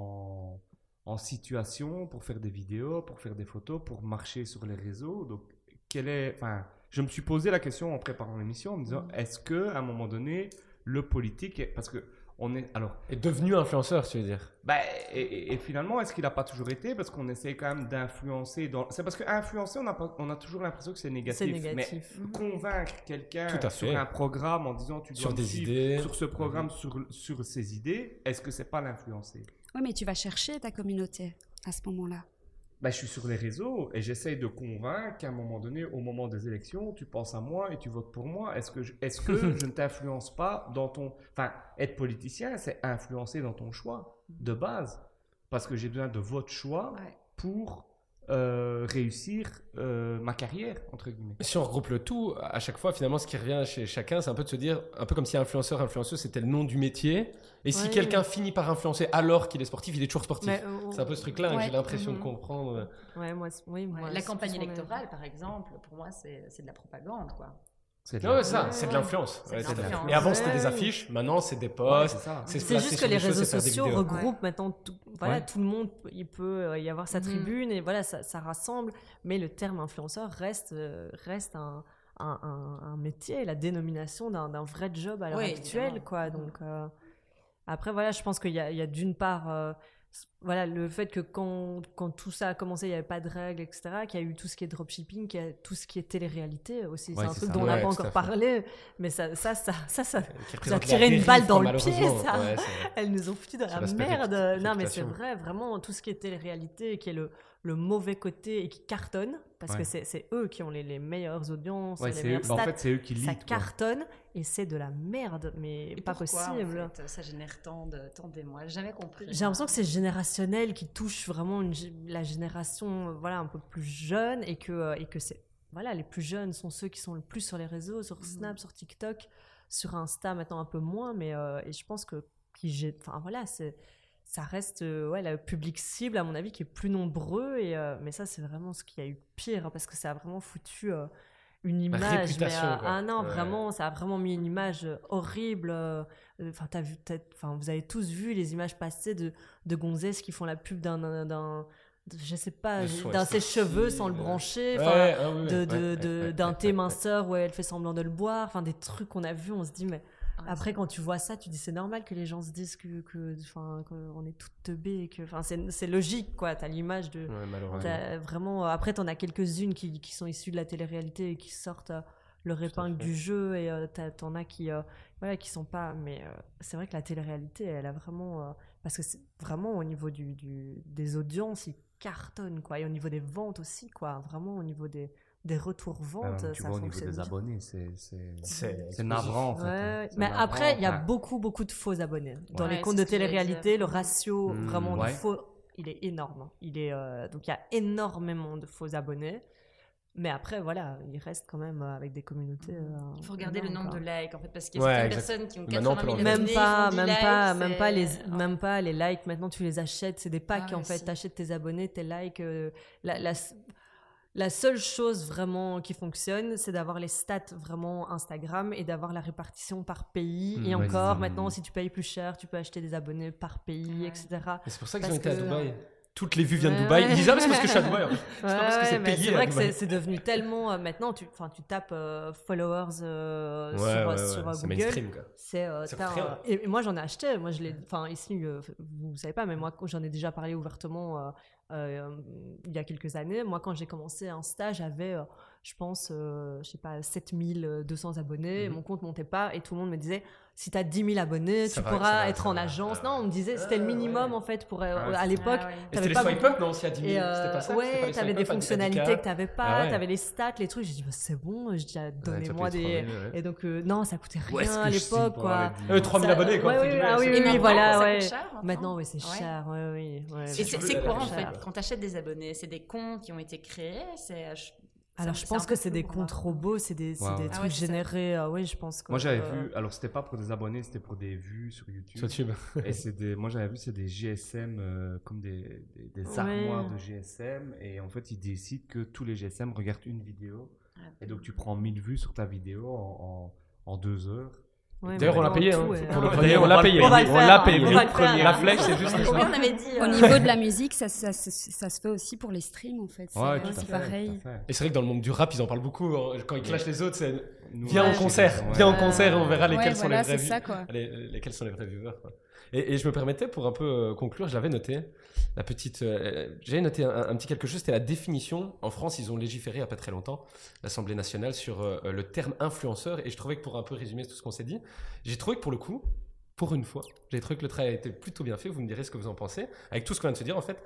en situation pour faire des vidéos, pour faire des photos, pour marcher sur les réseaux. Donc, enfin, je me suis posé la question en préparant l'émission en me disant, est-ce que à un moment donné, le politique, parce que on est alors. Est devenu influenceur, tu veux dire? Bah, et finalement, est-ce qu'il n'a pas toujours été? Parce qu'on essaie quand même d'influencer. C'est parce qu'influencer, on a toujours l'impression que c'est négatif. C'est négatif. Mais convaincre quelqu'un Tout à fait. sur un programme en disant tu dois Sur me des suivre idées. sur ce programme, sur ses idées, est-ce que c'est pas l'influencer? Oui, mais tu vas chercher ta communauté à ce moment-là. je suis sur les réseaux et j'essaye de convaincre qu'à un moment donné, au moment des élections, tu penses à moi et tu votes pour moi. Est-ce que je ne t'influence pas dans ton... Enfin, être politicien, c'est influencer dans ton choix de base. Parce que j'ai besoin de votre choix pour réussir ma carrière, entre guillemets. Si on regroupe le tout, à chaque fois, finalement, ce qui revient chez chacun, c'est un peu de se dire, un peu comme si influenceur, influenceuse, c'était le nom du métier. Et si quelqu'un finit par influencer alors qu'il est sportif, il est toujours sportif. C'est un peu ce truc-là que j'ai l'impression de comprendre. La campagne électorale, par exemple, pour moi, c'est de la propagande, quoi. C'est de l'influence. Et avant, c'était des affiches, maintenant, c'est des posts. C'est juste que les réseaux sociaux regroupent maintenant tout le monde, il peut y avoir sa tribune et voilà, ça rassemble. Mais le terme influenceur reste un métier, la dénomination d'un vrai job à l'heure actuelle, quoi. Donc, après, voilà, je pense qu'il y a d'une part... voilà, le fait que quand tout ça a commencé, il n'y avait pas de règles, etc., qu'il y a eu tout ce qui est dropshipping, qu'il y a tout ce qui est télé-réalité aussi. C'est un truc dont on n'a pas encore parlé, mais ça a tiré une balle dans le pied, ça. Elles nous ont foutu dans la merde. Non, mais c'est vrai, vraiment, tout ce qui est télé-réalité, qui est le mauvais côté et qui cartonne, parce que c'est eux qui ont les meilleures audiences, les meilleures stats. En fait, c'est eux qui lead. Ça cartonne et c'est de la merde, mais et pas possible. En fait, ça génère tant d'émoi. J'ai jamais compris. J'ai l'impression que c'est générationnel, qui touche vraiment la génération un peu plus jeune et que c'est les plus jeunes sont ceux qui sont le plus sur les réseaux, sur Snap, sur TikTok, sur Insta maintenant un peu moins, mais et je pense que ça reste le public cible à mon avis qui est plus nombreux mais ça c'est vraiment ce qu'il y a eu de pire parce que ça a vraiment foutu une image vraiment ça a vraiment mis une image horrible. Vous avez tous vu les images passées de gonzesses qui font la pub d'un sèche-cheveux sans le brancher, d'un thé minceur où elle fait semblant de le boire, des trucs qu'on a vus, on se dit mais après quand tu vois ça tu dis c'est normal que les gens se disent qu'on est toutes teubées et que c'est logique quoi, t'as l'image de vraiment. Après t'en as quelques-unes qui sont issues de la télé-réalité et qui sortent leur épingle du jeu et t'en as qui sont pas, mais c'est vrai que la télé-réalité elle a vraiment parce que c'est vraiment au niveau des audiences ils cartonnent quoi, et au niveau des ventes aussi quoi, vraiment au niveau des retours ventes, tu vois, au niveau des abonnés, c'est navrant en fait. Mais après, il y a beaucoup de faux abonnés. Dans les comptes de télé-réalité, le ratio vraiment de faux, il est énorme. Donc il y a énormément de faux abonnés. Mais après, voilà, il reste quand même avec des communautés. Il faut regarder le nombre de likes en fait, parce qu'il y a certaines personnes qui ont 80 000 abonnés. Même pas les likes. Maintenant, tu les achètes. C'est des packs en fait. Tu achètes tes abonnés, tes likes. La seule chose vraiment qui fonctionne, c'est d'avoir les stats vraiment Instagram et d'avoir la répartition par pays. Et encore, maintenant, si tu payes plus cher, tu peux acheter des abonnés par pays, etc. Et c'est pour ça qu'ils ont été à Dubaï. Toutes les vues viennent de Dubaï. Ils disent c'est parce que je suis à Dubaï. C'est pas parce que c'est payé. C'est vrai que c'est devenu tellement. Maintenant, tu tapes followers sur c'est Google. Mainstream, quoi. Et moi, j'en ai acheté. Moi, ici, vous savez pas, mais moi, j'en ai déjà parlé ouvertement. Il y a quelques années, moi quand j'ai commencé Insta, j'avais je pense 7200 abonnés, mon compte montait pas et tout le monde me disait si tu as 10 000 abonnés tu pourras être en agence. Non, on me disait c'était le minimum en fait pour à l'époque. C'était les swipe up, non, si à 10 000 c'était pas ça. Ouais, t'avais des fonctionnalités que t'avais pas, t'avais les stats, les trucs. J'ai dit c'est bon, je dis donnez-moi des. Et donc non, ça coûtait rien à l'époque quoi. 3000 abonnés quoi. Oui, voilà, ouais. Ça coûte cher, maintenant oui, c'est cher, oui. Et c'est quoi en fait quand t'achètes des abonnés? C'est des comptes qui ont été créés? Alors je pense que c'est des comptes robots, c'est des trucs générés. Oui, je pense que. Moi j'avais vu, alors c'était pas pour des abonnés, c'était pour des vues sur YouTube. Et moi j'avais vu, c'est des GSM, comme des armoires de GSM. Et en fait, ils décident que tous les GSM regardent une vidéo. Et donc tu prends 1000 vues sur ta vidéo en 2 heures. Ouais, d'ailleurs, on l'a payé. Pour le premier, on l'a payé. On l'a payé. La flèche, c'est juste on avait dit. Au niveau de la musique, ça se fait aussi pour les streams, en fait. C'est pareil. Et c'est vrai que dans le monde du rap, ils en parlent beaucoup. Quand ils clashent les autres, c'est viens en concert. Viens en concert et on verra lesquels sont les vrais lesquels sont les vrais viewers. Et je me permettais, pour un peu conclure, je l'avais noté. J'avais noté un petit quelque chose, c'était la définition. En France, ils ont légiféré il n'y a pas très longtemps, l'Assemblée nationale, sur le terme influenceur. Et je trouvais que pour un peu résumer tout ce qu'on s'est dit, j'ai trouvé que pour le coup, pour une fois, j'ai trouvé que le travail a été plutôt bien fait. Vous me direz ce que vous en pensez, avec tout ce qu'on vient de se dire en fait.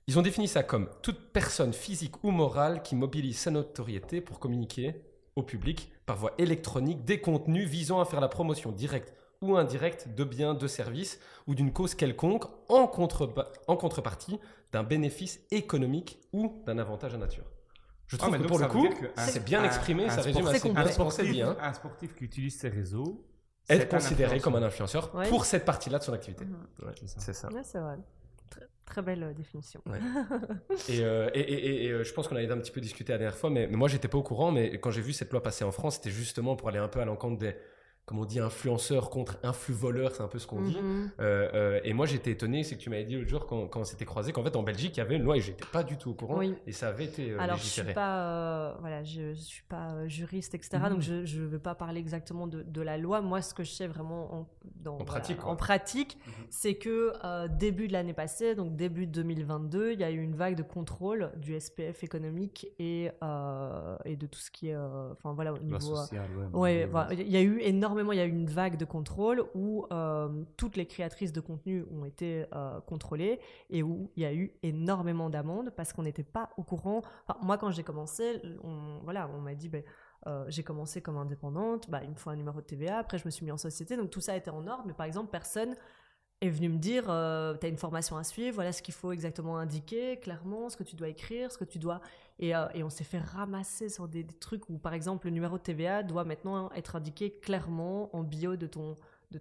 Ils ont défini ça comme toute personne physique ou morale qui mobilise sa notoriété pour communiquer au public par voie électronique des contenus visant à faire la promotion directe ou indirecte de biens, de services ou d'une cause quelconque en contrepartie d'un bénéfice économique ou d'un avantage à nature. Je trouve que pour le coup, c'est bien exprimé, ça résume assez bien. Un sportif qui utilise ses réseaux être considéré comme un influenceur pour cette partie-là de son activité. Ouais, c'est ça. Ouais, c'est vrai. Très belle définition. Ouais. et je pense qu'on avait un petit peu discuté la dernière fois, mais moi j'étais pas au courant, mais quand j'ai vu cette loi passer en France, c'était justement pour aller un peu à l'encontre des, comme on dit, influenceurs contre influ-voleurs, c'est un peu ce qu'on dit. Et moi j'étais étonné, c'est que tu m'avais dit l'autre jour quand on s'était croisés qu'en fait en Belgique il y avait une loi et j'étais pas du tout au courant et ça avait été Alors légiféré. je suis pas juriste, etc. Donc je ne veux pas parler exactement de la loi. Moi ce que je sais vraiment en pratique, c'est que début de l'année passée, donc début 2022, il y a eu une vague de contrôle du SPF économique et de tout ce qui est au niveau social, il y a eu il y a eu une vague de contrôle où toutes les créatrices de contenu ont été contrôlées et où il y a eu énormément d'amendes parce qu'on n'était pas au courant. Enfin, moi, quand j'ai commencé, on m'a dit j'ai commencé comme indépendante, il me faut un numéro de TVA, après je me suis mis en société, donc tout ça était en ordre, mais par exemple, personne est venu me dire t'as une formation à suivre, voilà ce qu'il faut exactement indiquer, clairement, ce que tu dois écrire, ce que tu dois... Et on s'est fait ramasser sur des trucs où, par exemple, le numéro de TVA doit maintenant être indiqué clairement en bio de ton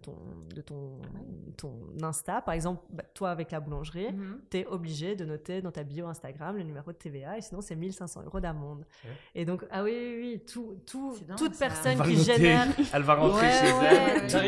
Insta. Par exemple, toi, avec la boulangerie, tu es obligé de noter dans ta bio Instagram le numéro de TVA et sinon, c'est 1 500 € d'amende. Et donc, toute personne qui génère... Elle va rentrer chez elle. Tu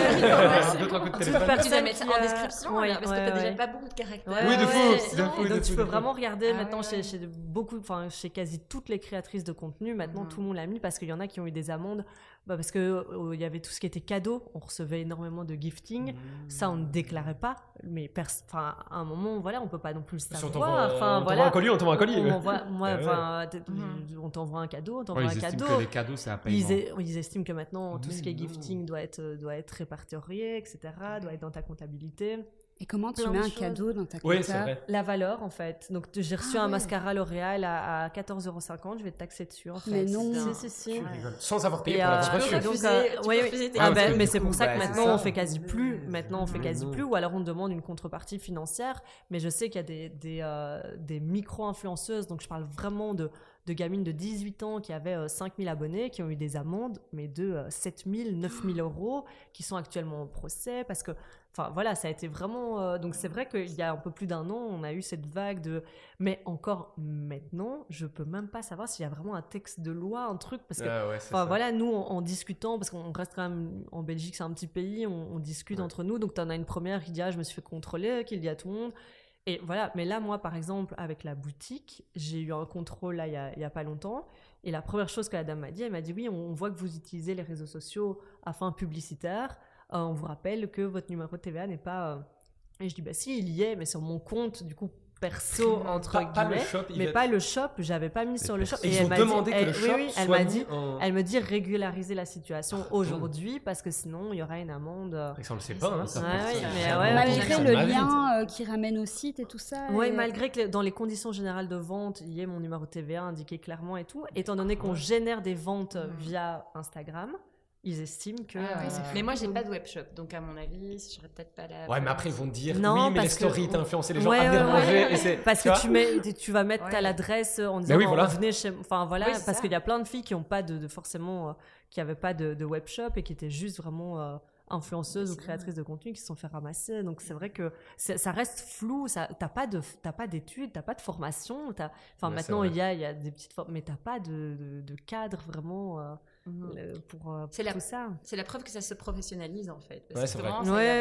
dois mettre en description parce que tu n'as déjà pas beaucoup de caractères. Oui, de fou. Donc, tu peux vraiment regarder maintenant chez quasi toutes les créatrices de contenu. Maintenant, tout le monde l'a mis parce qu'il y en a qui ont eu des amendes. Parce que il y avait tout ce qui était cadeau, on recevait énormément de gifting, ça on ne déclarait pas, mais à un moment on peut pas non plus le savoir. On t'envoie un colis. On t'envoie un cadeau, Ils estiment que les cadeaux c'est un paiement. Ils estiment que maintenant tout ce qui est gifting doit être répertorié, etc., doit être dans ta comptabilité. Et comment tu mets un cadeau dans ta compta? Oui, c'est vrai. La valeur, en fait. Donc, j'ai reçu un mascara L'Oréal à 14,50 €. Je vais te taxer dessus, en fait. Mais non. Si. Sans avoir payé pour la reçu. Mais c'est pour ça que maintenant, on fait quasi plus. Ou alors, on demande une contrepartie financière. Mais je sais qu'il y a des micro-influenceuses. Donc, je parle vraiment de gamines de 18 ans qui avaient 5000 abonnés, qui ont eu des amendes, mais de 7000, 9000 €, qui sont actuellement en procès parce que, ça a été vraiment... donc, c'est vrai qu'il y a un peu plus d'1 an, on a eu cette vague de... Mais encore maintenant, je peux même pas savoir s'il y a vraiment un texte de loi, un truc, parce que, nous, en discutant, parce qu'on reste quand même en Belgique, c'est un petit pays, on discute entre nous, donc tu en as une première qui dit « Ah, je me suis fait contrôler », qui le dit à tout le monde. Et voilà, mais là, moi, par exemple, avec la boutique, j'ai eu un contrôle là, il y a pas longtemps. Et la première chose que la dame m'a dit, elle m'a dit oui, on voit que vous utilisez les réseaux sociaux à fin publicitaire. On vous rappelle que votre numéro de TVA n'est pas... Et je dis, si, il y est, mais sur mon compte, du coup, perso, entre guillemets, pas le shop, j'avais pas mis sur le shop. Et ils ont demandé que le shop soit mis elle me dit régulariser la situation aujourd'hui parce que sinon il y aura une amende. Et ça on le sait pas, malgré le lien qui ramène au site et tout ça. Oui, malgré que dans les conditions générales de vente, il y ait mon numéro de TVA indiqué clairement et tout, étant donné qu'on génère des ventes via Instagram. Ils estiment que... mais moi, j'ai pas de webshop, donc à mon avis, j'aurais peut-être pas la... Ouais, mais après, ils vont te dire, non, mais les stories, t'as influencé les gens à venir manger. Parce que tu vas mettre ta l'adresse en disant, venez chez... parce qu'il y a plein de filles qui n'ont pas qui n'avaient pas de webshop et qui étaient juste vraiment... influenceuses ou créatrices de contenu qui se sont fait ramasser. Donc c'est vrai que ça reste flou, t'as pas d'études, t'as pas de formation, maintenant il y a des petites mais t'as pas de cadre vraiment pour tout ça. C'est la preuve que ça se professionnalise en fait. C'est vrai.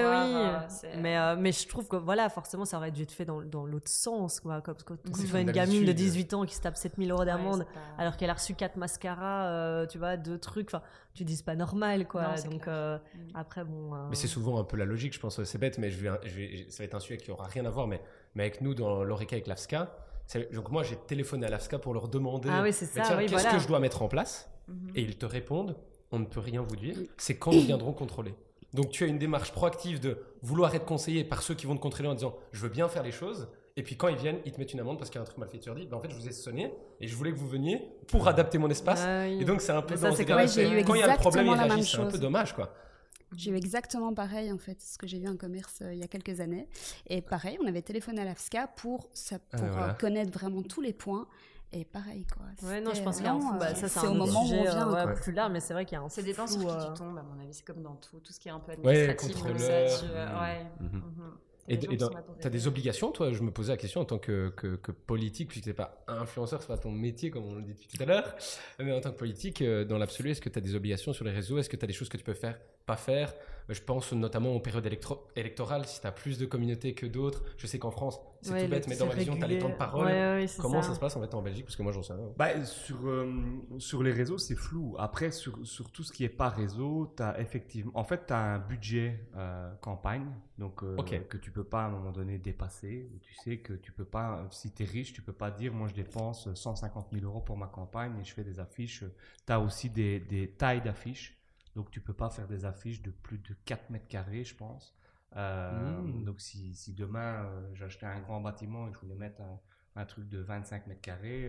Mais je trouve que forcément ça aurait dû être fait dans l'autre sens, quoi. Comme quand tu vois une gamine de 18 ans qui se tape 7000 € d'amende alors qu'elle a reçu 4 mascaras, 2 trucs, tu dis c'est pas normal, quoi. Non, donc après mais c'est souvent un peu la logique, je pense. C'est bête, mais ça va être un sujet qui aura rien à voir, mais avec nous dans l'Oreca avec l'AFSCA. Donc moi j'ai téléphoné à l'AFSCA pour leur demander qu'est-ce que je dois mettre en place, et ils te répondent on ne peut rien vous dire, c'est quand nous viendrons contrôler. Donc tu as une démarche proactive de vouloir être conseillé par ceux qui vont te contrôler en disant je veux bien faire les choses, Et puis quand ils viennent, ils te mettent une amende parce qu'il y a un truc mal fait. Tu leur dis, en fait, je vous ai sonné et je voulais que vous veniez pour adapter mon espace. Oui. Et donc, c'est un peu Mais ça, dans c'est ces quand cas-là, même- j'ai eu quand il y a le problème, ils exactement la même réagissent. C'est un peu chose. dommage, quoi. J'ai eu exactement pareil en fait, ce que j'ai vu en commerce il y a quelques années. Et pareil, on avait téléphoné à l'AFSCA pour voilà. connaître vraiment tous les points. Et pareil quoi. Ouais, non, je C'était pense qu'il y a un vraiment, fou. Ça, c'est un au autre moment où on sujet, vient. ouais, quoi. plus large, mais c'est vrai qu'il y a un Ça dépend sur flou, qui tu tombes, à mon avis, c'est comme dans tout ce qui est un peu Ouais, administratif. comme contrôleur. ça, ouais. Mhm. Mhm. Et Les gens tu sont là pour as des aider. obligations, toi? Je me posais la question en tant que politique, puisque tu n'es pas influenceur, c'est pas ton métier, comme on le dit depuis tout à l'heure. Mais en tant que politique, dans l'absolu, est-ce que tu as des obligations sur les réseaux? Est-ce que tu as des choses que tu peux faire, pas faire? Je pense notamment aux périodes électorales, si tu as plus de communautés que d'autres. Je sais qu'en France, c'est Ouais, tout bête, mais dans ma vision, tu as les temps de parole. Ouais, c'est Comment ça se passe en fait en Belgique? Parce que moi, j'en sais rien. Bah, sur les réseaux, c'est flou. Après, sur tout ce qui est pas réseau, t'as effectivement... En fait, tu as un budget campagne donc, Ok. que tu peux pas à un moment donné dépasser. Tu sais que tu peux pas... Si tu es riche, tu peux pas dire « Moi, je dépense 150 000 € pour ma campagne et je fais des affiches. » Tu as aussi des tailles d'affiches. Donc, tu peux pas faire des affiches de plus de 4 mètres carrés, je pense. Donc, si demain, j'achetais un grand bâtiment et que je voulais mettre un truc de 25 mètres carrés,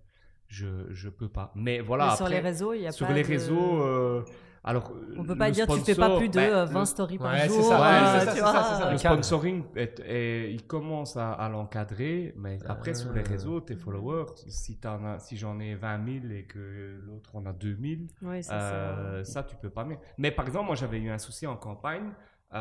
je peux pas. Mais voilà, Mais après, sur les réseaux, il y a sur pas les de- réseaux, alors, On peut pas le dire tu fais pas sponsor, plus de ben, 20 stories par Ouais, c'est jour. ça, ouais, c'est ça, tu c'est vois. ça, c'est ça. le Le cadre. sponsoring, il commence à l'encadrer, mais après, sur les réseaux, tes followers, si j'en ai 20 000 et que l'autre en a 2 000, Oui, c'est ça. ça, tu peux pas mieux. Mais par exemple, moi, j'avais eu un souci en campagne,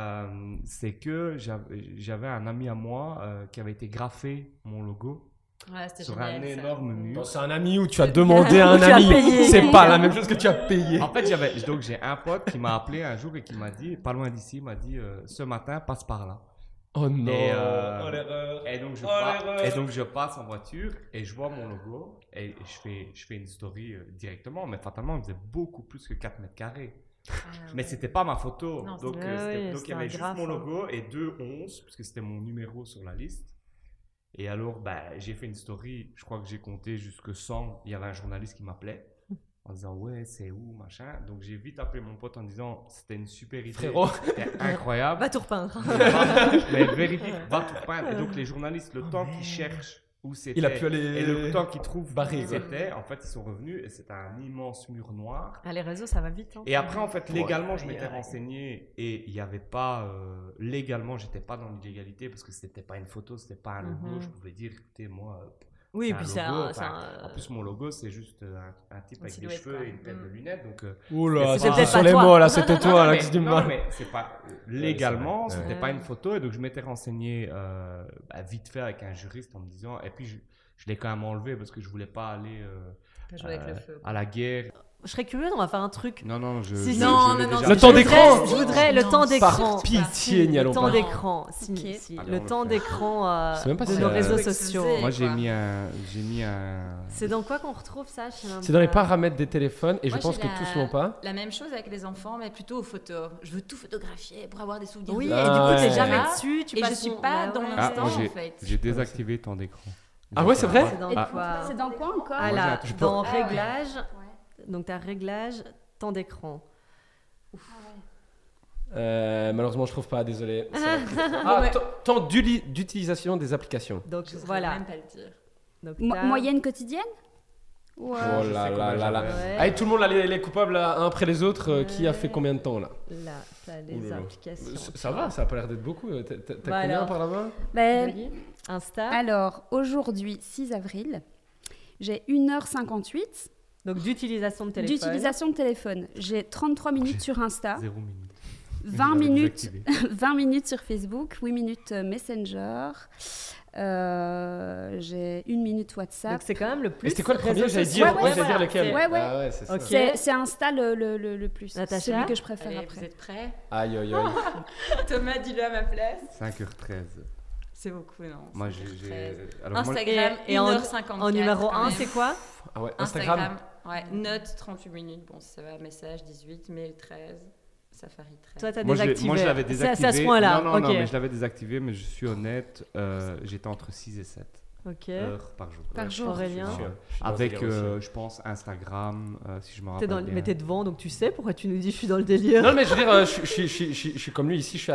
c'est que j'avais un ami à moi qui avait été graffé mon logo Ouais, c'était sur génial, un ça. énorme Bon, mur. c'est un ami où tu as demandé à un Où tu as ami. payé. C'est pas la même chose que tu as payé. En fait, j'ai un pote qui m'a appelé un jour et qui m'a dit, pas loin d'ici, il m'a dit ce matin, passe par là. Oh non. Et, Oh l'erreur. Et donc, l'erreur. et donc je passe en voiture et je vois mon logo et je fais une story directement, mais fatalement, il faisait beaucoup plus que 4 mètres carrés. Ah, Mais ouais. c'était pas ma photo. Non, Donc, c'était- donc il c'était y avait un juste graphe, mon hein. logo et 2-11, puisque c'était mon numéro sur la liste. Et alors, j'ai fait une story, je crois que j'ai compté jusque 100. Il y avait un journaliste qui m'appelait en disant ouais, c'est où, machin. Donc j'ai vite appelé mon pote en disant c'était une super idée. Frérot. C'était incroyable. Va tout repeindre. Mais vérifie, va tout repeindre. Et donc les journalistes, le temps qu'ils cherchent où c'était Il a pu aller et le temps qu'ils trouvent barrer, où quoi. c'était, en fait, ils sont revenus et c'était un immense mur noir. Ah, les réseaux, ça va vite. Hein. Et après, en fait, légalement, je Ouais, m'étais ouais. renseigné et il n'y avait pas. Légalement, j'étais pas dans l'illégalité parce que c'était pas une photo, c'était pas un logo. Mhm. Je pouvais dire, écoutez, moi. Oui, c'est puis un c'est logo, un. enfin, En plus, mon logo, c'est juste un type Une avec des silhouette, cheveux quoi. et une paire de Mm. lunettes. Donc, Oula, C'était c'est peut-être sur pas les toi. mots là, c'était toi là mais, qui se dit non, mal. mais c'est pas légalement, Ouais, c'est vrai. c'était Ouais. pas une photo et donc je m'étais renseigné vite fait avec un juriste en me disant et puis je l'ai quand même enlevé parce que je voulais pas aller Pas jouer avec le feu. à la guerre. Je serais curieuse, on va faire un truc. Non, Si, je si. Non, l'ai non, non, déjà Le fait. temps d'écran. Je voudrais le Non, temps d'écran. Par pitié, n'y Le allons temps pas. d'écran. Si, Ok. si. Allez, Le on temps le fait. d'écran Je sais même pas de si nos ça- réseaux Oui, que sociaux. c'est- Moi, j'ai quoi. mis un. C'est dans quoi qu'on retrouve ça? Je sais même C'est dans les pas. paramètres des téléphones et Moi, je pense j'ai que la- tous l'ont pas. La même chose avec les enfants, mais plutôt aux photos. Je veux tout photographier pour avoir des souvenirs. Oui, de- et Ah du coup, t'es ouais. jamais dessus. Tu Et je passes suis ton- pas Bah dans ouais. l'instant, moi, en fait. j'ai désactivé temps d'écran. Ah ouais, c'est vrai? C'est dans Ah. quoi? C'est dans quoi encore Ah Moi, là, j'ai un- dans Ah ouais. réglage. Donc, tu as réglage, temps d'écran. Malheureusement, je trouve pas, désolé. Ah, temps d'utilisation des applications. Donc, Je saurais voilà. même pas le dire. Donc, t'as- Moyenne quotidienne Ou, Oh je là sais là combien là là. j'avais. Ouais. Allez, tout le monde, là, les coupables, là, un après les autres, qui a fait Ouais. combien de temps là? Là, t'as les Ouh là là. applications. Ça va, ça a pas l'air d'être beaucoup. T'as Bah combien alors. par là-bas? Ben, Insta. alors, aujourd'hui, 6 avril, j'ai 1h58 Donc, d'utilisation de téléphone. d'utilisation de téléphone. J'ai 33 minutes sur Insta, 0 minutes. 20 Je l'avais minutes, désactivé. 20 minutes sur Facebook, 8 minutes Messenger, j'ai 1 minute WhatsApp. Donc, c'est quand même le plus. Et c'était quoi le premier? réseaux J'allais sociaux. dire, Ouais, ouais, j'allais dire voilà, lequel? c'est- Ouais, ouais. Ah ouais, c'est ça. Ok. C'est Insta le plus, Natacha celui que je préfère Allez, après. vous êtes prêts? Aïe, aïe, aïe. Thomas, dis-le à ma place. 5h13. C'est beaucoup, non? Moi, 5h13. alors, moi, Instagram, Et en- 1h54. En numéro quand 1, même. c'est quoi? Ah ouais, Instagram. Ouais, note 38 minutes. Bon, ça va, message 18, mail 13, Safari 13. Toi, t'as Moi, désactivé. moi, je l'avais C'est désactivé. à ce point-là. Non, ok. non, mais je l'avais désactivé, mais je suis honnête, j'étais entre 6 et 7. heures par jour. Par jour. Aurélien. Avec, je pense, Instagram, si je me rappelle bien. Mais t'es devant, donc tu sais pourquoi tu nous dis je suis dans le délire. Non, mais je veux dire, je suis comme lui ici, je suis à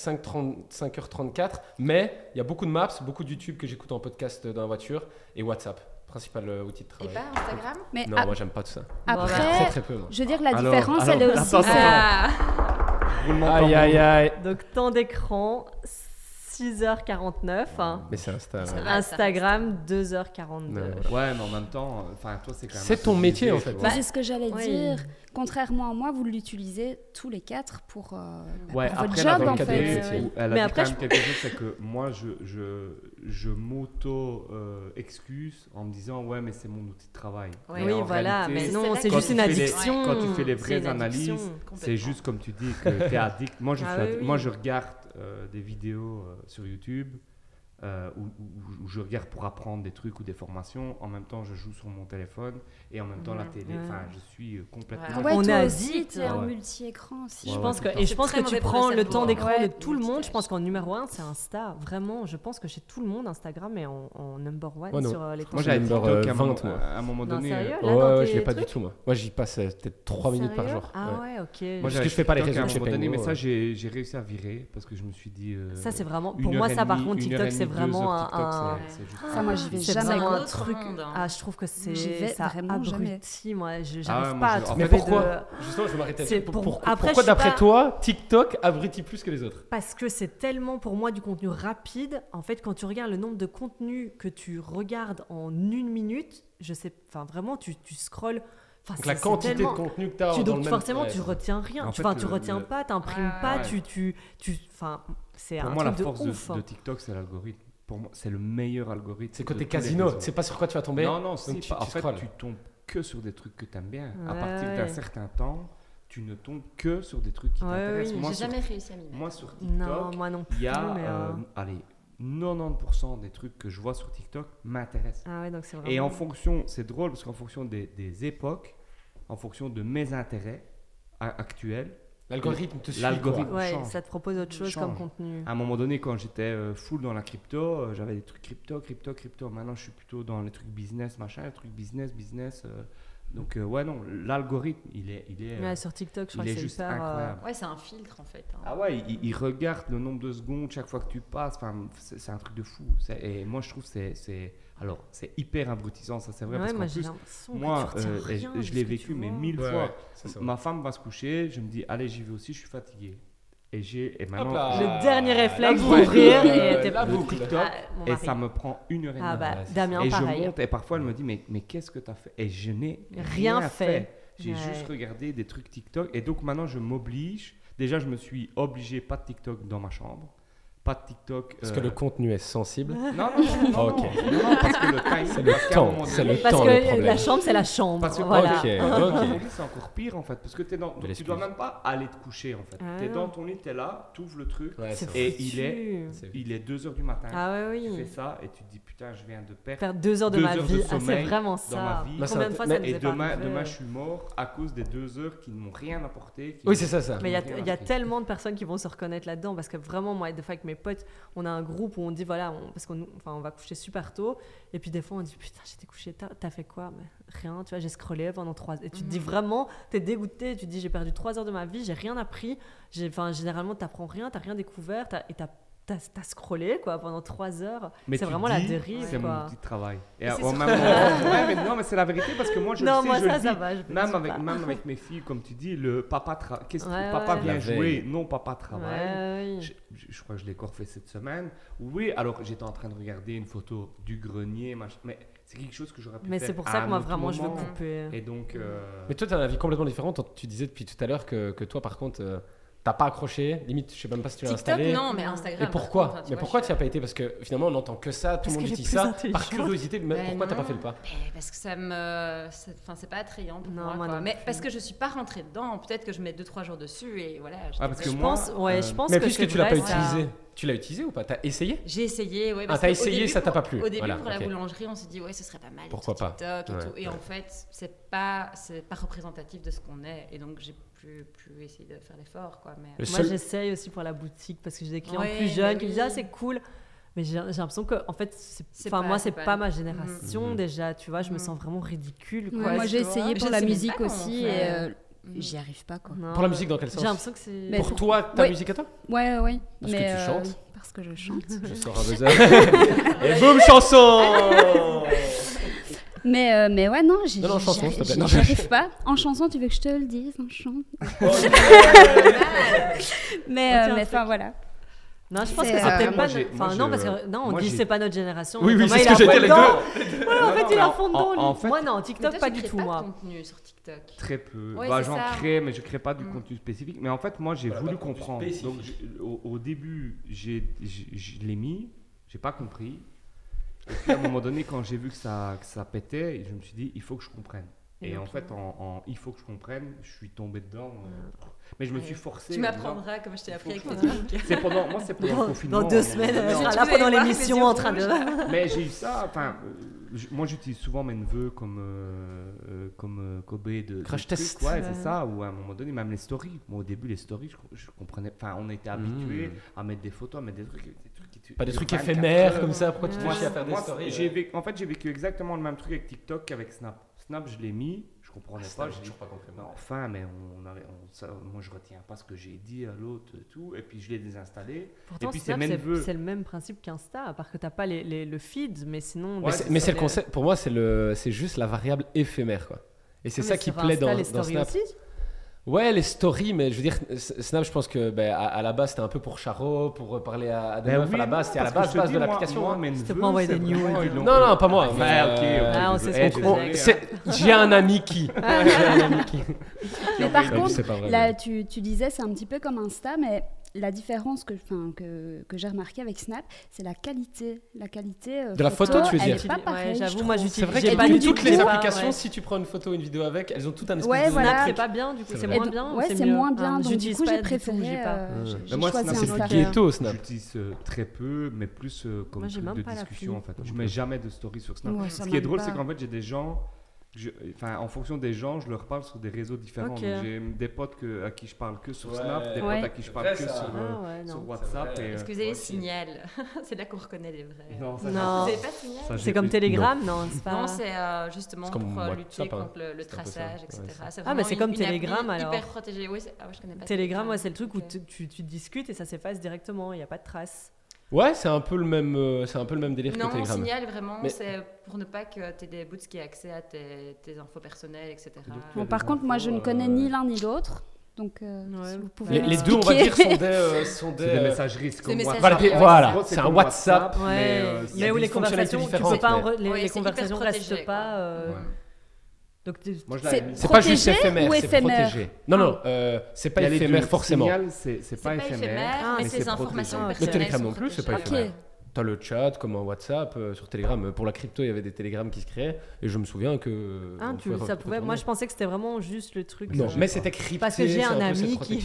5h34, mais il y a beaucoup de maps, beaucoup de YouTube que j'écoute en podcast dans la voiture et WhatsApp, principal outil de Et travail. pas Instagram? Mais Non, moi j'aime pas tout ça. après, Très très peu. Moi. je veux dire, la Alors, différence, elle est aussi... attention. Aïe aïe aïe. Donc temps d'écran 6h49, Mais c'est Insta. Ça ouais. va. Instagram 2h42. Ouais. Ouais, mais en même temps, toi, c'est quand même. C'est ton métier, en fait. Bah, c'est ce que j'allais oui. dire. Contrairement à moi, vous l'utilisez tous les 4 pour, Ouais, pour votre après, job, dans le en cadre de fait. métier. Elle Mais a après, dit quand même quelque chose, c'est que moi, je m'auto-excuse en me disant, ouais, mais c'est mon outil de travail. Ouais. Oui, Et en voilà, réalité, mais non, c'est c'est quand juste tu une fais les- addiction. Quand tu fais les C'est vraies une addiction. analyses, c'est Complètement. juste comme tu dis que tu es addict. Moi, Ah oui, oui. moi, je regarde des vidéos sur YouTube où je regarde pour apprendre des trucs ou des formations. En même temps, je joue sur mon téléphone et en même temps la télé. Ouais. Enfin, je suis complètement. Ah ouais, On toi est aussi, addict, t'es en ouais. multi-écran aussi. Ouais, Je ouais, pense tout que, le temps. et je pense C'est très que tu mauvais pour prends le le cerveau. temps d'écran Ouais. de tout le monde. Je Multitâche. pense qu'en numéro 1, c'est Insta. Vraiment, je pense que chez tout le monde, Instagram est en number one Ouais, non. sur les temps. Moi, j'avais number, TikTok à un 20, moment- moi. à un moment Non, donné. sérieux Ouais, Là, dans ouais, tes je l'ai pas du trucs tout, moi. Moi, j'y passe peut-être 3 minutes par Sérieux jour. Ah Ouais. ouais, ok. Moi, Parce j'avais que je fais pas les TikTok à un réseaux moment chez donné, Pengo, mais ça, j'ai réussi à virer parce que je me suis dit. Ça, c'est vraiment. une Pour moi, heure ça, et par demie- contre, une heure TikTok, et c'est demie, 2 vraiment heures TikTok, un. c'est juste. Ça, moi, j'y vais C'est jamais. vraiment un un autre truc. monde, hein. Ah, je trouve que c'est. J'y vais Ça vraiment jamais. abrutit, moi. Je Ah ouais, j'arrive moi, pas à je- en trouver Mais fait, pourquoi de. Justement, je vais m'arrêter C'est là-dessus. pour- Pourquoi, après, je pourquoi suis d'après pas- toi, TikTok abrutit plus que les autres? Parce que c'est tellement pour moi du contenu rapide. En fait, quand tu regardes le nombre de contenus que tu regardes en 1 minute, je sais, enfin vraiment, tu scrolles. Enfin, Donc la c'est quantité tellement- de contenu que tu as tu, dans donc le même... forcément, ouais. tu retiens rien. En Enfin, fait, tu retiens pas, t'imprimes Ouais, pas, ouais. enfin, c'est Pour un moi, la truc de force ouf. de TikTok, c'est l'algorithme. Pour moi, c'est le meilleur algorithme. C'est de côté tous les casino, réseaux. tu sais pas sur quoi tu vas tomber. Non, non, donc si, tu en fait, scrolles. tu tombes que sur des trucs que tu aimes bien. À Ouais, partir ouais. d'un certain temps, tu ne tombes que sur des trucs qui Ouais, t'intéressent. oui, Moi, J'ai sur, jamais réussi à m'y mettre. moi, sur Non, TikTok, moi non plus. il y a mais, allez, 90% des trucs que je vois sur TikTok m'intéressent. Ah ouais, donc c'est vraiment. Et en fonction, c'est drôle parce qu'en fonction des époques, en fonction de mes intérêts actuels, L'algorithme te suit. l'algorithme quoi. Ouais, change. ça te propose autre chose Change. comme contenu. À un moment donné, quand j'étais full dans la crypto, j'avais des trucs crypto. Maintenant, je suis plutôt dans les trucs business, machin, les trucs business. Donc, ouais, non, l'algorithme, il est Ouais, sur TikTok, je crois il que est c'est juste hyper. incroyable. Ouais, c'est un filtre en fait. hein. Ah ouais, il regarde le nombre de secondes chaque fois que tu passes. Enfin, c'est un truc de fou. Et moi, je trouve que alors, c'est hyper abrutissant, ça c'est vrai. Ouais, parce moi qu'en j'ai plus, l'impression moi, que tu retiens et rien je de l'ai ce que vécu tu mais vois. 1000 Ouais, fois. ouais, ça, c'est vrai. Ma femme va se coucher, je me dis, allez, j'y vais aussi, je suis fatigué. Et maintenant, Hop là. Le dernier réflexe La d'ouvrir boucle, et t'es la le boucle. TikTok, Ah, mon et mari. ça me prend 1 heure et demie. Ah bah, Ouais, c'est Damien, Et je pareil. monte, et parfois elle me dit, mais qu'est-ce que tu as fait? Et je n'ai Rien fait. J'ai Ouais. juste regardé des trucs TikTok. Et donc maintenant, je m'oblige. Déjà, je me suis obligé, pas de TikTok dans ma chambre. Pas de TikTok. Parce que le contenu est sensible. Non, Ok. non, parce que le time. C'est le parce qu'à un temps, moment c'est donné- le Parce temps que le problème. la chambre, c'est la chambre. Parce que voilà. Ok, Dans ok. ton lit, c'est encore pire en fait. Parce que t'es dans, donc, tu l'excuse. dois même pas aller te coucher en fait. Ah T'es non. dans ton lit, t'es là, t'ouvres le truc. Ouais, c'est C'est vrai. Et foutu. il est 2h du matin. Ah ouais, Tu fais oui. ça et tu te dis putain, je viens de perdre. Faire 2 heures de 2 ma heures de vie. Ah, c'est sommeil vraiment dans ça. ma vie. Bah, ça- Combien de fois mais- ça nous Et est pas demain, arrivé demain, je suis mort à cause des 2 heures qui ne m'ont rien apporté. Oui, c'est ça. Mais il y a, Rien il y a appris. tellement de personnes qui vont se reconnaître là-dedans parce que vraiment, moi, des fois avec mes potes, on a un groupe où on dit voilà, parce on va coucher super tôt et puis des fois on dit putain, j'étais couché tard, t'as fait quoi? Mais rien, tu vois, j'ai scrollé pendant 3 heures. Et tu te dis vraiment, t'es dégoûté, tu te dis j'ai perdu 3 heures de ma vie, j'ai rien appris. Généralement, t'apprends rien, t'as rien découvert et t'as scrollé quoi, pendant 3 heures. Mais C'est tu vraiment dis, la dérive. C'est quoi. mon petit travail. Et Mais c'est en sûr. même moment, ouais, mais non, mais c'est la vérité parce que moi je Non, le sais, moi je ça, le ça dis. va. Je me Même dis avec, pas. même avec mes filles, comme tu dis, le papa, qu'est-ce que Ouais, papa ouais. vient La jouer? veille. Non, papa travaille. Ouais, oui. Je crois que je l'ai encore fait cette semaine. Oui, alors j'étais en train de regarder une photo du grenier, mais c'est quelque chose que j'aurais pu Mais faire. c'est pour à ça un que moi autre vraiment je veux moment. couper. Et donc, Mais toi, tu as un avis complètement différent. Tu disais depuis tout à l'heure que toi, par contre, t'as pas accroché. Limite, je sais même pas si tu l'as TikTok, installé. non, mais Instagram. Et par pourquoi? contre, Mais pourquoi tu n'y as pas été? Parce que finalement, on n'entend que ça, tout Parce le monde que utilise j'ai ça. plus Par intelligente. curiosité, mais Ben pourquoi t'as pas non. fait le pas? Parce que c'est pas attrayant pour Non, moi. moi quoi. non Mais plus. parce que je suis pas rentrée dedans. Peut-être que je mets 2-3 jours dessus et voilà. Ah, parce que Je moi, pense, ouais, je pense Mais que puisque c'est tu l'as pas vrai, ça. utilisé, tu l'as utilisé ou pas? T'as essayé? J'ai essayé, ouais. Ah, parce t'as qu'au essayé, début, ça t'a pas plu. Au début, Voilà, pour la ok. boulangerie, on s'est dit, ouais, ce serait pas mal. Pourquoi sur pas? TikTok et Ouais, tout. Et ouais. en fait, c'est pas représentatif de ce qu'on est. Et donc, j'ai plus essayé de faire l'effort, quoi. Mais Le Moi, seul- j'essaye aussi pour la boutique parce que j'ai des clients Ouais, plus jeunes bah qui me disent oui. ah c'est cool. Mais j'ai l'impression que, en fait, moi, c'est pas ma génération déjà, tu vois, je me sens vraiment ridicule. Quoi, moi, j'ai essayé pour la musique aussi et j'y arrive pas, quoi. Pour la musique, dans quel sens? J'ai l'impression que c'est... Pour toi, ta musique à toi? Ouais. Parce que tu chantes? Parce que je chante. Je sors un buzzer. Et boum, chanson! Mais ouais, non, chanson, s'il te plaît. j'y arrive pas. En chanson, tu veux que je te le dise? En chant. Mais enfin, voilà. Non, je pense que c'est peut-être pas... Enfin, non, parce que on dit c'est pas notre génération. Oui, c'est ce que j'ai dit, les deux. Ouais, en fait, il est à fond dedans, lui. En fait, moi, non, TikTok, pas du tout, moi. Tu crées pas de contenu sur TikTok? Très peu. Ouais, J'en crée, mais je crée pas du contenu spécifique. Mais en fait, moi, j'ai voulu comprendre. Donc, au début, je l'ai mis, j'ai pas compris. Et puis, à un moment donné, quand j'ai vu que ça pétait, je me suis dit, il faut que je comprenne. Et en fait, il faut que je comprenne, je suis tombé dedans. Mais je me suis forcé. Tu m'apprendras comme je t'ai appris avec Facebook. C'est pendant le confinement. Dans 2 semaines, je serai là pendant l'émission en train de... Mais j'ai eu ça, enfin, moi j'utilise souvent mes neveux comme Kobe de Crash test. Ouais, c'est ça, ou à un moment donné, même les stories. Moi au début, les stories, je comprenais, enfin, on était habitués à mettre des photos, à mettre des trucs qui... Pas des trucs éphémères comme ça, pourquoi tu te fais chier à faire des moi, stories? En fait, j'ai vécu exactement le même truc avec TikTok qu'avec Snap. Snap, je l'ai mis, je comprenais pas. J'ai toujours pas compris. Enfin, mais moi je retiens pas ce que j'ai dit à l'autre, tout, et puis je l'ai désinstallé. Pourtant, et puis Snap, c'est le même principe qu'Insta, à part que t'as pas le feed, mais sinon... Ouais, mais c'est le concept, pour moi, c'est juste la variable éphémère, quoi. Et c'est ça qui plaît dans Snap. Aussi ouais, les stories, mais je veux dire, Snap, je pense que à la base, c'était un peu pour Charo, pour parler à des meufs à la base. C'était à la base de l'application. C'était pour envoyer des news. Non, pas moi. On sait ce qu'on faisait. J'ai un ami qui. Mais par contre, là, tu disais, c'est un petit peu comme Insta, mais la différence que j'ai remarqué avec Snap, c'est la qualité. La qualité de la photo, tu veux dire? Elle est pas pareille. J'avoue, moi, c'est vrai que toutes les applications, si tu prends une photo ou une vidéo avec, elles ont tout un espèce de... Snap, c'est pas bien, du coup, c'est moins bien. Ouais, c'est moins bien. Donc, du coup, j'ai préféré. Moi, c'est plus ghetto, Snap. J'utilise très peu, mais plus comme truc de discussion, en fait. Je mets jamais de story sur Snap. Ce qui est drôle, c'est qu'en fait, j'ai des gens... en fonction des gens, je leur parle sur des réseaux différents. Okay. J'ai des potes à qui je parle que sur Snap, des potes à qui je parle que sur WhatsApp. Est-ce que vous avez Signal? C'est là qu'on reconnaît les vrais. Non, vous n'avez pas Signal? C'est comme Telegram, non? Non, c'est justement pour lutter contre le traçage, etc. Ah, mais c'est comme Telegram alors. Hyper protégé. Oui, je connais pas. Telegram, c'est le truc où tu discutes et ça s'efface directement, il n'y a pas de traces. Ouais, c'est un peu le même délire que Telegram. Non, Signal, vraiment, c'est pour ne pas que tu aies des boots qui aient accès à tes infos personnelles, etc. Bon, par contre, moi, je ne connais ni l'un ni l'autre. Donc, si vous pouvez les deux, on va dire, sont des messageries. Voilà, c'est un WhatsApp. Mais où les conversations, les conversations ne restent pas... Donc, c'est pas juste éphémère, c'est protégé. Non, c'est pas éphémère forcément. C'est pas éphémère, mais c'est informations personnelles. Le Telegram non plus, c'est pas éphémère. T'as le chat comme un WhatsApp sur Telegram. Pour la crypto, il y avait des Telegrams qui se créaient et je me souviens que. Ça pouvait. Moi, je pensais que c'était vraiment juste le truc. Non, mais c'était crypté. Parce que j'ai un ami qui.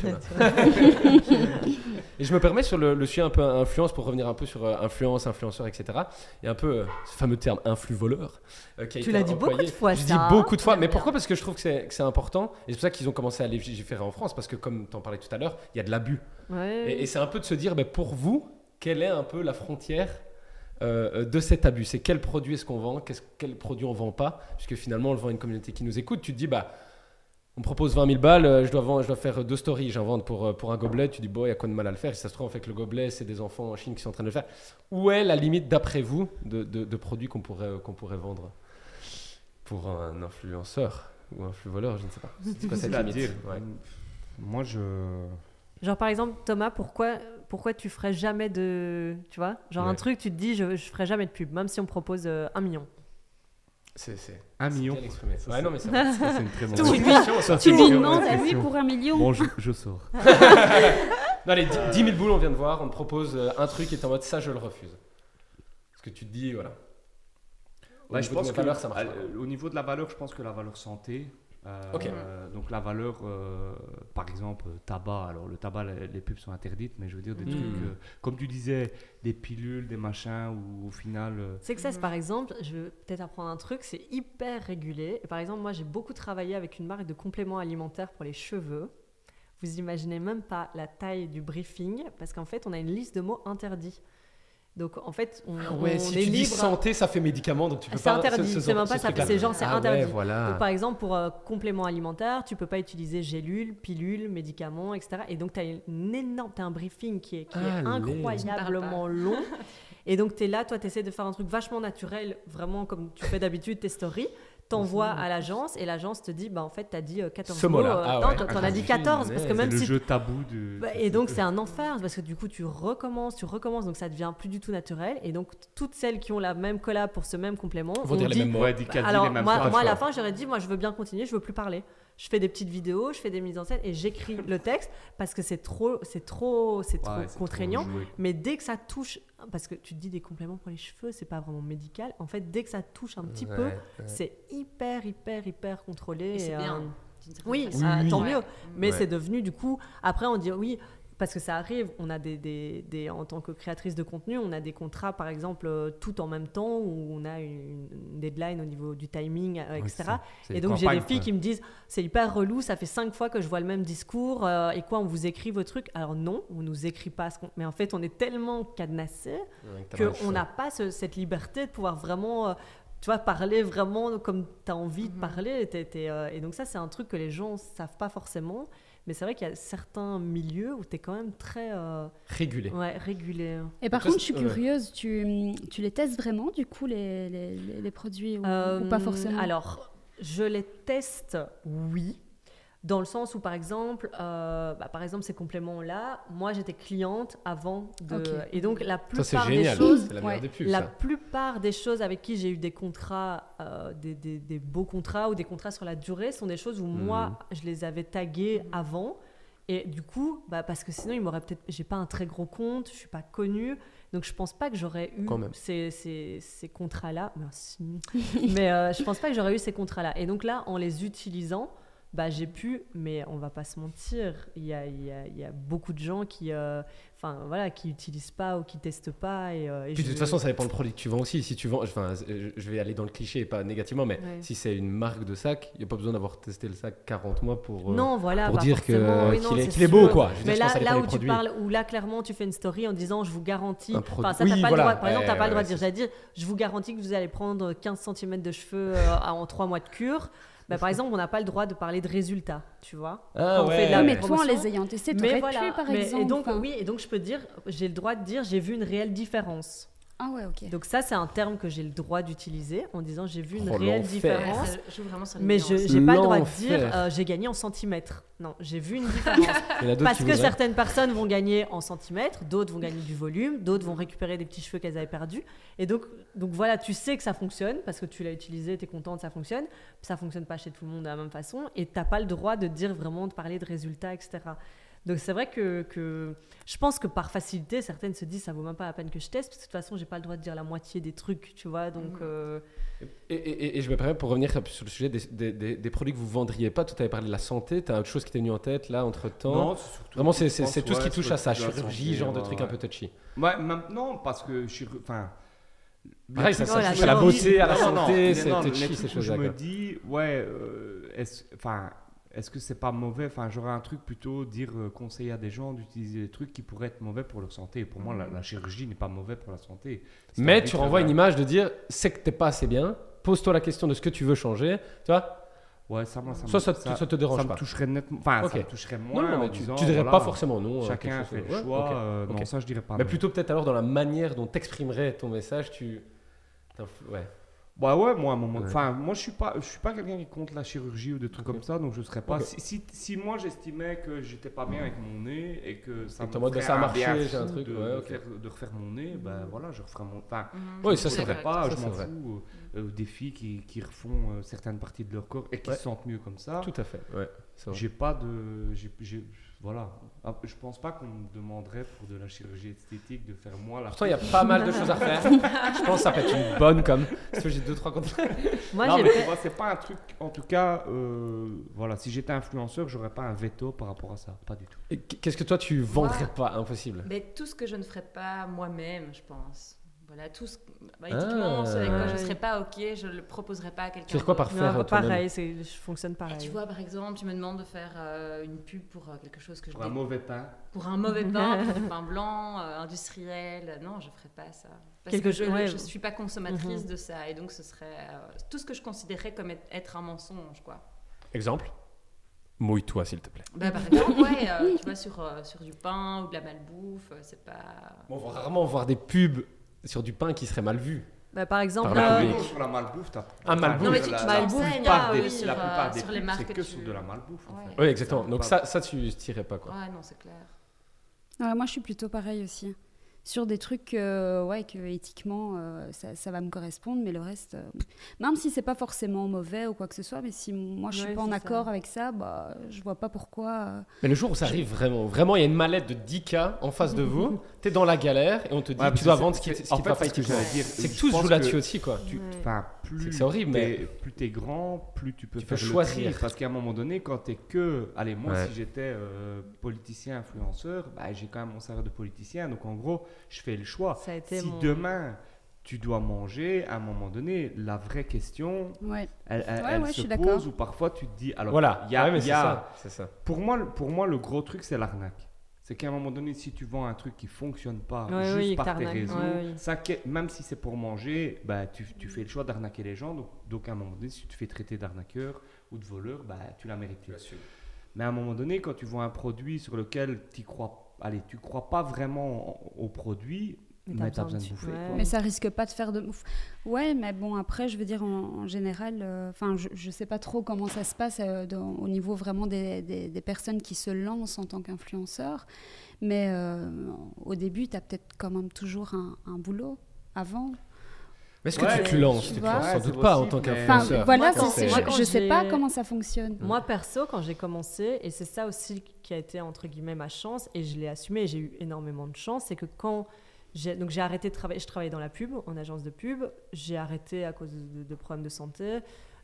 Et je me permets sur le sujet un peu influence pour revenir un peu sur influence, influenceur, etc. Il y a un peu ce fameux terme influ-voleur. Tu l'as dit beaucoup de fois. Je dis beaucoup de fois. Mais pourquoi? Parce que je trouve que c'est important. Et c'est pour ça qu'ils ont commencé à légiférer en France. Parce que comme tu en parlais tout à l'heure, il y a de l'abus. Et c'est un peu de se dire, pour vous, quelle est un peu la frontière de cet abus? C'est quel produit est-ce qu'on vend? Quel produit on vend pas? Puisque finalement, on le vend à une communauté qui nous écoute. Tu te dis, on me propose 20 000 balles, je dois faire 2 stories, j'en vends pour un gobelet. Tu dis, il y a quoi de mal à le faire? Si ça se trouve, en fait, que le gobelet, c'est des enfants en Chine qui sont en train de le faire. Où est la limite, d'après vous, de produits qu'on pourrait vendre pour un influenceur ou un flux-voleur? Je ne sais pas. C'est quoi cette limite? Moi, Genre, par exemple, Thomas, pourquoi tu ferais jamais de... Tu vois, genre un truc, tu te dis, je ferais jamais de pub, même si on me propose 1 million. C'est 1 million. Ouais, non, mais c'est une très bonne question. Tu lui demandes à lui pour 1 million. Bon, je sors. Non, allez, 10 000 boules, on vient de voir, on te propose un truc et t'es en mode, ça, je le refuse. Parce que tu te dis, voilà. Je pense que au niveau de la valeur, je pense que la valeur santé... Donc la valeur, par exemple, tabac. Alors le tabac, les pubs sont interdites, mais je veux dire des trucs, comme tu disais, des pilules, des machins, où au final... C'est que ça, par exemple, je vais peut-être apprendre un truc, c'est hyper régulé. Et par exemple, moi, j'ai beaucoup travaillé avec une marque de compléments alimentaires pour les cheveux. Vous imaginez même pas la taille du briefing, parce qu'en fait, on a une liste de mots interdits. Donc en fait, on si est tu dis libre. santé, ça fait médicament, donc tu peux C'est pas. interdit, c'est même pas ça, c'est genre c'est interdit. Ouais, voilà. Donc, par exemple, pour complément alimentaire, tu peux pas utiliser gélules, pilules, médicaments, etc. Et donc, tu as un briefing qui est incroyablement long. Et donc, tu es là, toi, tu essaies de faire un truc vachement naturel, vraiment comme tu fais d'habitude tes stories. T'envoies à l'agence et l'agence te dit, en fait, t'as dit 14 mots. Non, t'en as dit 14. Parce que même le si jeu tabou de... et donc, c'est un enfer parce que du coup, tu recommences, donc ça devient plus du tout naturel. Et donc, toutes celles qui ont la même collab pour ce même complément vont dire les mêmes mots. Alors, moi, à la fin, j'aurais dit, moi, je veux bien continuer, je veux plus parler. Je fais des petites vidéos, je fais des mises en scène et j'écris le texte parce que c'est trop contraignant. Trop mais dès que ça touche, parce que tu te dis des compléments pour les cheveux, c'est pas vraiment médical. En fait, dès que ça touche un petit peu, c'est hyper contrôlé. Et c'est bien. Oui, tant mieux. Mais c'est devenu du coup. Après, on dit oui. Parce que ça arrive, on a en tant que créatrice de contenu, on a des contrats, par exemple, tout en même temps, où on a une deadline au niveau du timing, etc. Et donc, j'ai des filles qui me disent, c'est hyper relou, ça fait 5 fois que je vois le même discours, et quoi, on vous écrit vos trucs. Alors non, on nous écrit pas, mais en fait, on est tellement cadenassés qu'on n'a pas cette liberté de pouvoir vraiment... tu vois, parler vraiment comme tu as envie de parler. Et donc ça, c'est un truc que les gens ne savent pas forcément. Mais c'est vrai qu'il y a certains milieux où tu es quand même très... régulé. Ouais, régulé. Et par contre, je suis curieuse, tu les testes vraiment, du coup, les produits ou pas forcément? Alors, je les teste, oui. Dans le sens où, par exemple, ces compléments-là, moi, j'étais cliente avant de... Okay. Et donc, la plupart des choses... La plupart des choses avec qui j'ai eu des contrats, des beaux contrats ou des contrats sur la durée, sont des choses où moi, je les avais tagués avant. Et du coup, parce que sinon, ils m'auraient peut-être... J'ai pas un très gros compte, je suis pas connue. Donc, je pense pas que j'aurais eu ces contrats-là. Mais je pense pas que j'aurais eu ces contrats-là. Et donc là, en les utilisant... j'ai pu, mais on va pas se mentir, il y a beaucoup de gens qui utilisent pas ou qui testent pas. Et puis de toute façon, ça dépend du produit que tu vends aussi. Si tu vends, je vais aller dans le cliché, pas négativement, mais si c'est une marque de sac, il n'y a pas besoin d'avoir testé le sac 40 mois pour dire qu'il est beau, quoi. Mais là où tu parles, où là clairement tu fais une story en disant je vous garantis, t'as pas le droit. Par exemple, t'as pas le droit de dire, j'allais dire, je vous garantis que vous allez prendre 15 cm de cheveux en 3 mois de cure. Par exemple, on n'a pas le droit de parler de résultats, tu vois. Mais toi, en les ayant testés, tu aurais pu, par exemple. Et donc, je peux dire, j'ai le droit de dire, j'ai vu une réelle différence. Ah ouais, ok. Donc ça, c'est un terme que j'ai le droit d'utiliser en disant j'ai vu une réelle différence. Ça mais je n'ai pas le droit de dire j'ai gagné en centimètres. Non, j'ai vu une différence. Parce que certaines personnes vont gagner en centimètres, d'autres vont gagner du volume, d'autres vont récupérer des petits cheveux qu'elles avaient perdus. Et donc voilà, tu sais que ça fonctionne parce que tu l'as utilisé, tu es contente, ça fonctionne. Ça fonctionne pas chez tout le monde de la même façon et tu n'as pas le droit de dire vraiment, de parler de résultats, etc. Donc c'est vrai que je pense que par facilité, certaines se disent ça vaut même pas la peine que je teste parce que de toute façon j'ai pas le droit de dire la moitié des trucs, tu vois. Donc et je me permets pour revenir sur le sujet des produits que vous vendriez pas. Toi, tu avais parlé de la santé, tu as autre chose qui t'est venu en tête là entre temps? Non, vraiment c'est tout ce qui touche à ça, chirurgie, genre de trucs un peu touchy. Ouais, maintenant parce que pareil, ça touche à la beauté, à la santé, c'est touchy ces choses-là. Je me dis est-ce que c'est pas mauvais? J'aurais un truc plutôt dire conseiller à des gens d'utiliser des trucs qui pourraient être mauvais pour leur santé. Pour moi, la chirurgie n'est pas mauvaise pour la santé. Mais tu renvoies une image de dire c'est que t'es pas assez bien. Pose-toi la question de ce que tu veux changer. Tu vois? Ouais, ça te dérange pas. Ça me toucherait nettement. Ça me toucherait moins. Non, mais tu dirais pas forcément non. Chacun fait le choix. Non, ça je dirais pas. Mais plutôt peut-être alors dans la manière dont t'exprimerais ton message, ouais. Moi à un moment. Moi je suis pas quelqu'un qui compte la chirurgie ou des trucs comme ça, donc je serais pas. Si moi j'estimais que j'étais pas bien avec mon nez et que ça me ferait a marché, bien j'ai un truc de refaire mon nez, voilà, je referais mon. Oui, ça c'est vrai. Je m'en fous des filles qui refont certaines parties de leur corps et qui se sentent mieux comme ça. Tout à fait. Ouais. J'ai pas de. Voilà. Je pense pas qu'on me demanderait pour de la chirurgie esthétique de faire moi la. Pourtant, il y a pas mal de choses à refaire. Je pense que ça peut être une bonne comme. Parce que j'ai 2-3 contre. Non, mais tu vois, c'est pas un truc. En tout cas, voilà. Si j'étais influenceur, j'aurais pas un veto par rapport à ça. Pas du tout. Et qu'est-ce que toi tu vendrais pas? Impossible. Mais tout ce que je ne ferais pas moi-même, je pense. voilà, éthiquement, ce avec quoi je ne serais pas OK, je ne le proposerais pas à quelqu'un. Tu fais quoi par Non, faire toi-même? pareil, je fonctionne pareil. Et tu vois, par exemple, tu me demandes de faire une pub pour quelque chose que je Pour un mauvais pain. Pour un mauvais pain, pour du pain blanc, industriel. Non, je ne ferais pas ça. Parce que je ne suis pas consommatrice de ça. Et donc, ce serait tout ce que je considérais comme être un mensonge, quoi. Exemple? Mouille-toi, s'il te plaît. Bah, par exemple, tu vois, sur du pain ou de la malbouffe, c'est pas... Bon, on va rarement voir des pubs sur du pain qui serait mal vu. Bah, par exemple, Par le public. Sur la malbouffe, t'as... Ah, malbouffe. Non, mais tu la malbouffe, plupart des sur les marques c'est que que tu- sur de la malbouffe, en Ouais. fait. Oui, exactement. Donc ça tu tirais pas, quoi. Ouais, non, c'est clair. Ouais, moi, je suis plutôt pareil aussi. Sur des trucs que éthiquement, ça va me correspondre, mais le reste, même si c'est pas forcément mauvais ou quoi que ce soit, mais si moi je suis pas en accord avec ça, bah, je vois pas pourquoi. Mais le jour où ça arrive vraiment, il y a une mallette de 10K en face de vous, t'es dans la galère et on te dit tu dois vendre ce qui en te fait, va pas c'est ce que éthiquement. j'allais dire. C'est que Je tout se pense joue là-dessus aussi, quoi. Plus C'est horrible, mais plus t'es grand, plus tu peux tu faire peux le choisir. tri. Parce qu'à un moment donné, quand t'es que... Allez, moi, Ouais. si j'étais politicien, influenceur, bah, j'ai quand même mon salaire de politicien. Donc, en gros, je fais le choix. ça a été Si mon... demain, tu dois manger, à un moment donné, la vraie question, Ouais. elle je se suis d'accord. pose, ou parfois tu te dis... Alors, Voilà. il y a, Ouais, mais il y a- c'est ça. Pour moi, le gros truc, c'est l'arnaque. C'est qu'à un moment donné, si tu vends un truc qui fonctionne pas Ouais, juste oui, par tes t'arnaques. réseaux, Ouais, oui. ça, même si c'est pour manger, bah, tu fais le choix d'arnaquer les gens. Donc, à un moment donné, si tu te fais traiter d'arnaqueur ou de voleur, bah, tu l'as mérité. Mais à un moment donné, quand tu vends un produit sur lequel tu crois pas vraiment au produit, mais tu as besoin de bouffer. Ouais. quoi. Mais ça risque pas de faire de ouf. Ouais, mais bon, après, je veux dire, en général, je sais pas trop comment ça se passe au niveau vraiment des personnes qui se lancent en tant qu'influenceurs. Mais au début, tu as peut-être quand même toujours un boulot avant. Mais est-ce que Ouais, tu te lances? tu Tu te vois. lances sans Ouais, doute c'est pas en possible, tant mais- qu'influenceur. Voilà, Moi, c'est- quand je sais j'ai- pas comment ça fonctionne. Moi, perso, quand j'ai commencé, et c'est ça aussi qui a été, entre guillemets, ma chance, et je l'ai assumé, et j'ai eu énormément de chance, c'est que quand j'ai arrêté de travailler, je travaillais dans la pub, en agence de pub, j'ai arrêté à cause de problèmes de santé,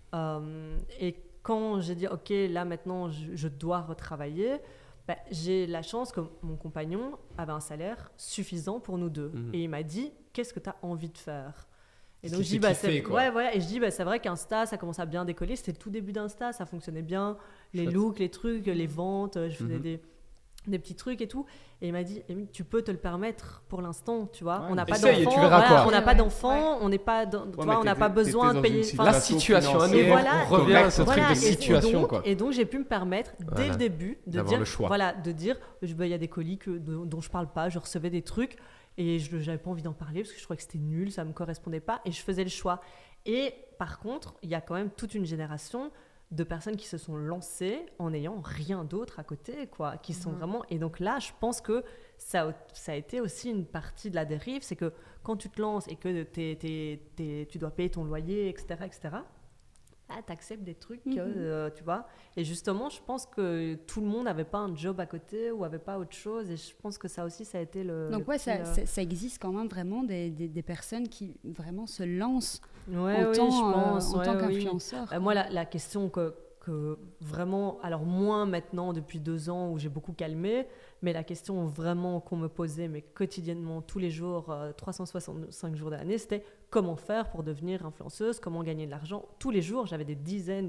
et quand j'ai dit, OK, là, maintenant, je dois retravailler, bah, j'ai la chance que mon compagnon avait un salaire suffisant pour nous deux. Mhm. Et il m'a dit, qu'est-ce que tu as envie de faire? Et Ce donc qui je dis, te fait bah, kiffer, c'est quoi. ouais, voilà. Et je dis, bah, c'est vrai qu'Insta, ça commence à bien décoller. C'était le tout début d'Insta, ça fonctionnait bien. Les Chouette. looks, les trucs, les ventes, je faisais Mhm. des petits trucs et tout. Et il m'a dit, Émile, tu peux te le permettre pour l'instant, tu vois. Ouais, On n'a pas essaye et d'enfants, tu verras voilà, quoi. on n'a pas Ouais. d'enfants, on n'est pas, tu vois, on n'a pas besoin de payer. Enfin, La situation à financière, nouveau, et voilà, on revient à ce truc voilà, de situation, quoi. Et donc j'ai pu me permettre dès Voilà. le début de D'avoir dire, le choix. voilà, de dire, il y a des colis dont je parle pas, je recevais des trucs et je n'avais pas envie d'en parler parce que je trouvais que c'était nul, ça me correspondait pas et je faisais le choix. Et par contre, il y a quand même toute une génération de personnes qui se sont lancées en n'ayant rien d'autre à côté, quoi, qui sont vraiment... Et donc là, je pense que ça a été aussi une partie de la dérive, c'est que quand tu te lances et que tu dois payer ton loyer, etc., tu acceptes des trucs, tu vois. Et justement, je pense que tout le monde n'avait pas un job à côté ou n'avait pas autre chose. Et je pense que ça aussi, ça a été le... Donc le ouais, petit, ça existe quand même vraiment des personnes qui vraiment se lancent Ouais, en oui, tant, je pense, en ouais, tant oui. qu'influenceur. Moi, la question que vraiment, alors moins maintenant depuis 2 ans où j'ai beaucoup calmé, mais la question vraiment qu'on me posait, mais quotidiennement, tous les jours, 365 jours de l'année, c'était comment faire pour devenir influenceuse, comment gagner de l'argent. Tous les jours, j'avais des dizaines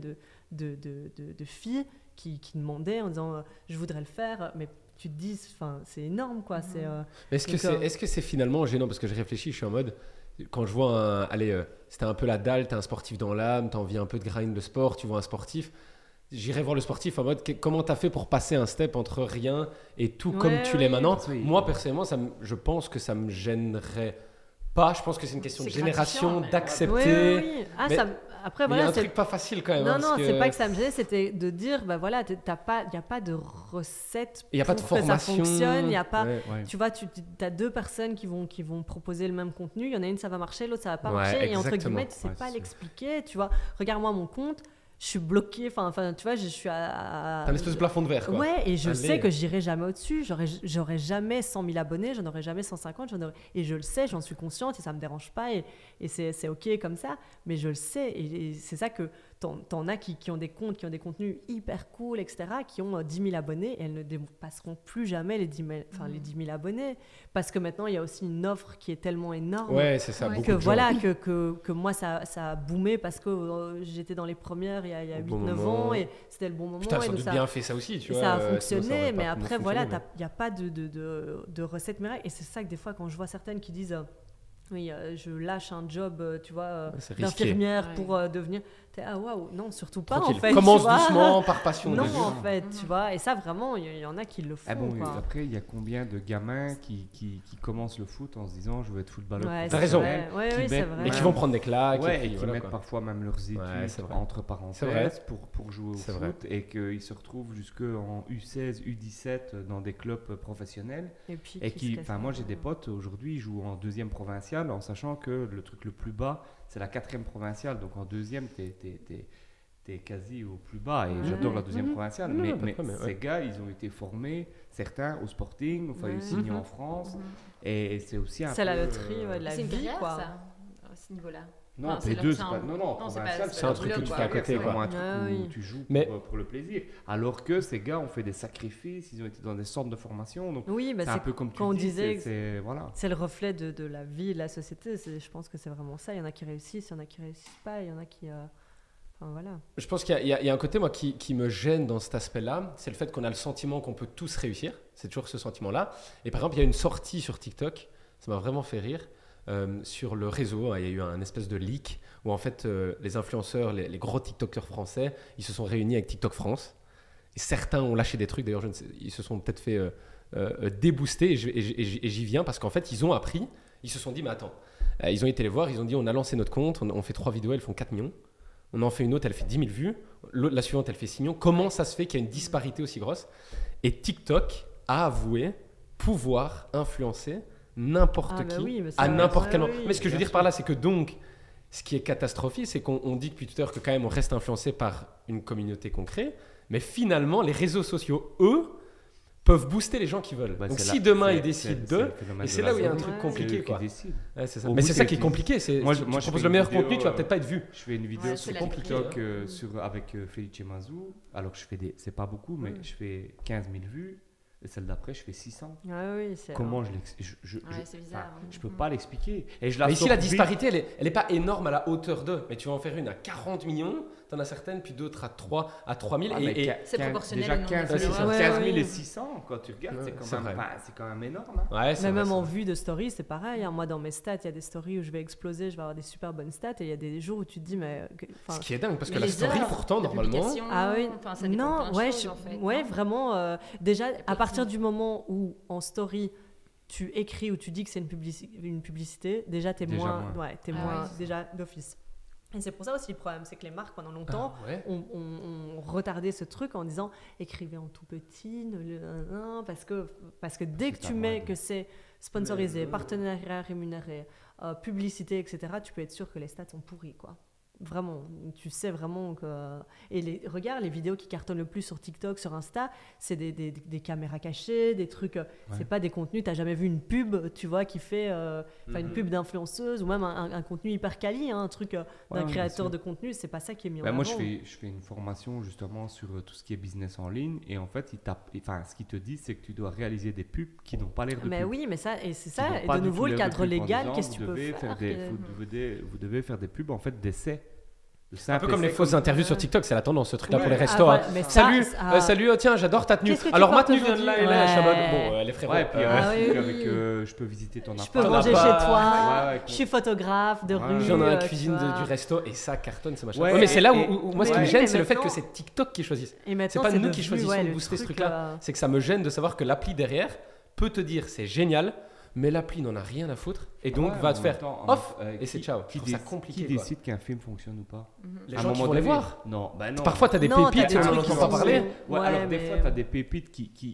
de filles qui demandaient en disant je voudrais le faire, mais tu te dis, c'est énorme, quoi. C'est, Est-ce que c'est finalement gênant? Parce que je réfléchis, je suis en mode, quand je vois c'était un peu la dalle, t'es un sportif dans l'âme, t'as envie un peu de grind de sport, tu vois un sportif, j'irais voir le sportif en mode comment t'as fait pour passer un step entre rien et tout comme tu l'es maintenant. Oui. Moi personnellement, je pense que ça me gênerait pas. Je pense que c'est une question de C'est génération, gratifiant, mais d'accepter. oui. Ah, Mais- après, Mais il y a voilà, un c'est... truc pas facile quand même. Non, hein, non, parce c'est pas que ça me gênait, c'était de dire, bah voilà, il n'y a pas de recette Il y a pas de pour que ça formation. fonctionne, il n'y a pas... Ouais. Ouais. Tu vois, tu as 2 personnes qui vont proposer le même contenu, il y en a une, ça va marcher, l'autre, ça va pas Ouais, marcher, et entre exactement. guillemets, tu sais Ouais, pas c'est sûr. l'expliquer, tu vois. Regarde-moi mon compte, je suis bloquée, enfin, tu vois, je suis à... T'as un espèce de plafond de verre, quoi. Ouais, et je Allez. sais que j'irai jamais au-dessus, j'aurai jamais 100 000 abonnés, j'en aurai jamais 150, et je le sais, j'en suis consciente, et ça me dérange pas, et c'est ok comme ça, mais je le sais, et c'est ça que t'en as qui ont des comptes, qui ont des contenus hyper cool, etc., qui ont 10 000 abonnés et elles ne dépasseront plus jamais les 10 000 abonnés. Parce que maintenant, il y a aussi une offre qui est tellement énorme Ouais, c'est ça. Beaucoup que de gens. voilà, que moi, ça a boomé parce que j'étais dans les premières il y a Au 8-9 bon moment. ans et c'était le bon moment. Putain, et sans donc doute ça, bien fait ça aussi, tu vois. ça a sinon, ça fonctionné, aurait mais pas après, pu voilà, fonctionner, il n'y a pas de recette miracle. Et c'est ça que des fois, quand je vois certaines qui disent oui, je lâche un job, tu vois, c'est risqué. d'infirmière Ouais. pour devenir. Ah waouh, non, surtout pas Tranquille. en fait. Commence tu vois. doucement, par passion. Non, au début. en fait, tu vois. Et ça, vraiment, il y en a qui le font. Ah bon, quoi. après, il y a combien de gamins qui commencent le foot en se disant je veux être footballeur Ouais, T'as c'est raison. vrai. Ouais, qui oui, c'est mettent- vrai. Et qui vont prendre des claques. Ouais, puis et qui voilà, mettent quoi. parfois même leurs études Ouais, c'est vrai. entre C'est vrai. parenthèses pour jouer au C'est foot vrai. et qu'ils se retrouvent jusqu'en U16, U17 dans des clubs professionnels. Et puis, Et qui se cassent moi la j'ai des gueule. potes aujourd'hui, ils jouent en 2e provinciale en sachant que le truc le plus bas c'est la 4e provinciale, donc en 2e t'es quasi au plus bas et Mhm. j'adore la 2e provinciale, Non, mais, pas de mais problème, ces ouais. gars ils ont été formés, certains au Sporting, enfin Ouais. ils signent Mhm. en France et c'est aussi un C'est la peu, loterie ouais, de la C'est une vie, carrière, quoi. ça, à ce niveau-là. Non, Enfin, c'est P2, là- c'est pas. un- Non, non, c'est pas- provincial, c'est C'est un pas truc le que tu boulot, fais à quoi. côté, c'est quoi. vraiment un truc Ah où oui. tu joues Mais- pour le plaisir. Alors que ces gars ont fait des sacrifices, ils ont été dans des centres de formation, donc Oui, bah, c'est un c'est peu comme tu quand on dis, disait que c'est voilà. c'est le reflet de la vie, de la société. Je pense que c'est vraiment ça. Il y en a qui réussissent, il y en a qui réussissent pas, il y en a qui. Enfin, voilà. Je pense qu'il y a un côté, moi, qui me gêne dans cet aspect-là. C'est le fait qu'on a le sentiment qu'on peut tous réussir. C'est toujours ce sentiment-là. Et par exemple, il y a une sortie sur TikTok. Ça m'a vraiment fait rire. Sur le réseau, il y a eu un espèce de leak où en fait les influenceurs, les gros TikTokers français, ils se sont réunis avec TikTok France. Et certains ont lâché des trucs. D'ailleurs, ils se sont peut-être fait débooster. Et j'y viens parce qu'en fait, ils ont appris. Ils se sont dit, mais attends. Ils ont été les voir. Ils ont dit, on a lancé notre compte. On fait 3 vidéos. Elles font 4 millions. On en fait une autre. Elle fait 10 000 vues. La suivante, elle fait 6 millions. Comment ça se fait qu'il y a une disparité aussi grosse? Et TikTok a avoué pouvoir influencer n'importe Ah, bah qui oui, mais c'est à vrai. n'importe quel Ouais, moment. oui. Mais ce que je veux dire par là, c'est que donc, ce qui est catastrophique, c'est qu'on dit depuis tout à l'heure que quand même on reste influencé par une communauté qu'on crée, mais finalement, les réseaux sociaux, eux, peuvent booster les gens qui veulent. Bah, donc c'est si là- demain c'est- ils décident c'est d'eux, le phénomène et de c'est la là où il y a un zone. truc Ouais. compliqué, C'est eux quoi. qui décident. Ouais, c'est ça. Au Mais bout, c'est ça c'est qui est qui- compliqué. C'est, Moi, tu je proposes fais le une meilleur vidéo, contenu, tu vas peut-être pas être vu. Je fais une vidéo Ouais, sur c'est la TikTok vérité. avec Felice Mazou. Alors je fais c'est pas beaucoup, mais je fais 15 000 vues. Et celle d'après, je fais 600. Ah oui, c'est. Comment hein. Ouais, c'est bizarre, hein. je peux pas l'expliquer. Et je la Mais ici, sors la vite. disparité, elle est pas énorme à la hauteur d'eux. Mais tu vas en faire une à 40 millions, t'en as certaines, puis d'autres à 3 000. Ah, mais C'est proportionnel Déjà au nombre de 15 000, followers. Ouais, 15 000 ouais. et 600, quand tu regardes, Ouais, c'est c'est quand même énorme. Hein. Ouais, c'est Mais vrai, même c'est en vrai. vue de stories, c'est pareil. hein. Moi, dans mes stats, il y a des stories où je vais exploser, je vais avoir des super bonnes stats, et il y a des jours où tu te dis, mais. Ce qui est dingue, parce que Mais la les story, heures pourtant, de normalement. publication, Ah oui, enfin, ça dépend de non, plein de ouais, choses, en fait, ouais, non vraiment. Déjà, à petit. partir du moment où en story tu écris ou tu dis que c'est une publicité, déjà t'es Déjà moins, moins. ouais, t'es Ah moins oui. déjà d'office. Et c'est pour ça aussi le problème, c'est que les marques pendant longtemps Ah, ouais. ont retardé ce truc en disant écrivez en tout petit, parce que dès que C'est tu ta mets mode. que c'est sponsorisé, partenariat rémunéré, publicité, etc., tu peux être sûr que les stats sont pourris, quoi. Vraiment, tu sais vraiment que... Et regarde, les vidéos qui cartonnent le plus sur TikTok, sur Insta, c'est des caméras cachées, des trucs... C'est pas des contenus, t'as jamais vu une pub, tu vois, qui fait... une pub d'influenceuse, ou même un contenu hyper quali, hein, un truc d'un Ouais, créateur bien de contenu, c'est pas ça qui est mis en Bah, avant. moi, je fais une formation justement sur tout ce qui est business en ligne. Et en fait, ce qu'ils te disent, c'est que tu dois réaliser des pubs qui n'ont pas l'air de Mais pubs. oui, mais ça, et c'est Qui ça, n'ont et pas de du nouveau, tout le l'air de cadre pub en légal, disant, qu'est-ce que tu peux faire vous devez faire des pubs, en fait, d'essais. Un peu comme les fausses interviews sur TikTok, c'est la tendance, ce truc-là Ouais. pour les Ah, restos. voilà, hein. mais ça, Salut, ça- salut, oh, tiens, j'adore ta tenue. Qu'est-ce que tu Alors ma portes tenue vient de là et là, aujourd'hui? je suis en mode, Ouais. bon, les frérots. Ouais, puis Ah oui, avec, oui. je peux visiter ton Je appart. peux T'en manger as chez pas. toi, Ouais, ouais, je suis photographe de Ouais. rue. J'en ai la tu cuisine vois. du resto et ça cartonne, c'est machin. Ouais, Ouais, mais c'est là et- où moi ce qui ouais. me gêne, Mais c'est le fait que maintenant- c'est TikTok qui choisisse. Et C'est maintenant, pas nous qui devenu, choisissons ouais, de le booster ce truc, truc-là. C'est que ça me gêne de savoir que l'appli derrière peut te dire c'est génial, mais l'appli n'en a rien à foutre et donc Ouais, va en te même faire temps, off en- et c'est ciao. Je trouve ça compliqué. Qui quoi. décide qu'un film fonctionne ou pas? Les À un gens qui moment vont les donné. voir. Non, bah non. Parfois, t'as des Non, pépites, t'as des on trucs n'en qui entend pas sont- parler. Ouais, Ouais, alors des mais- fois, t'as des pépites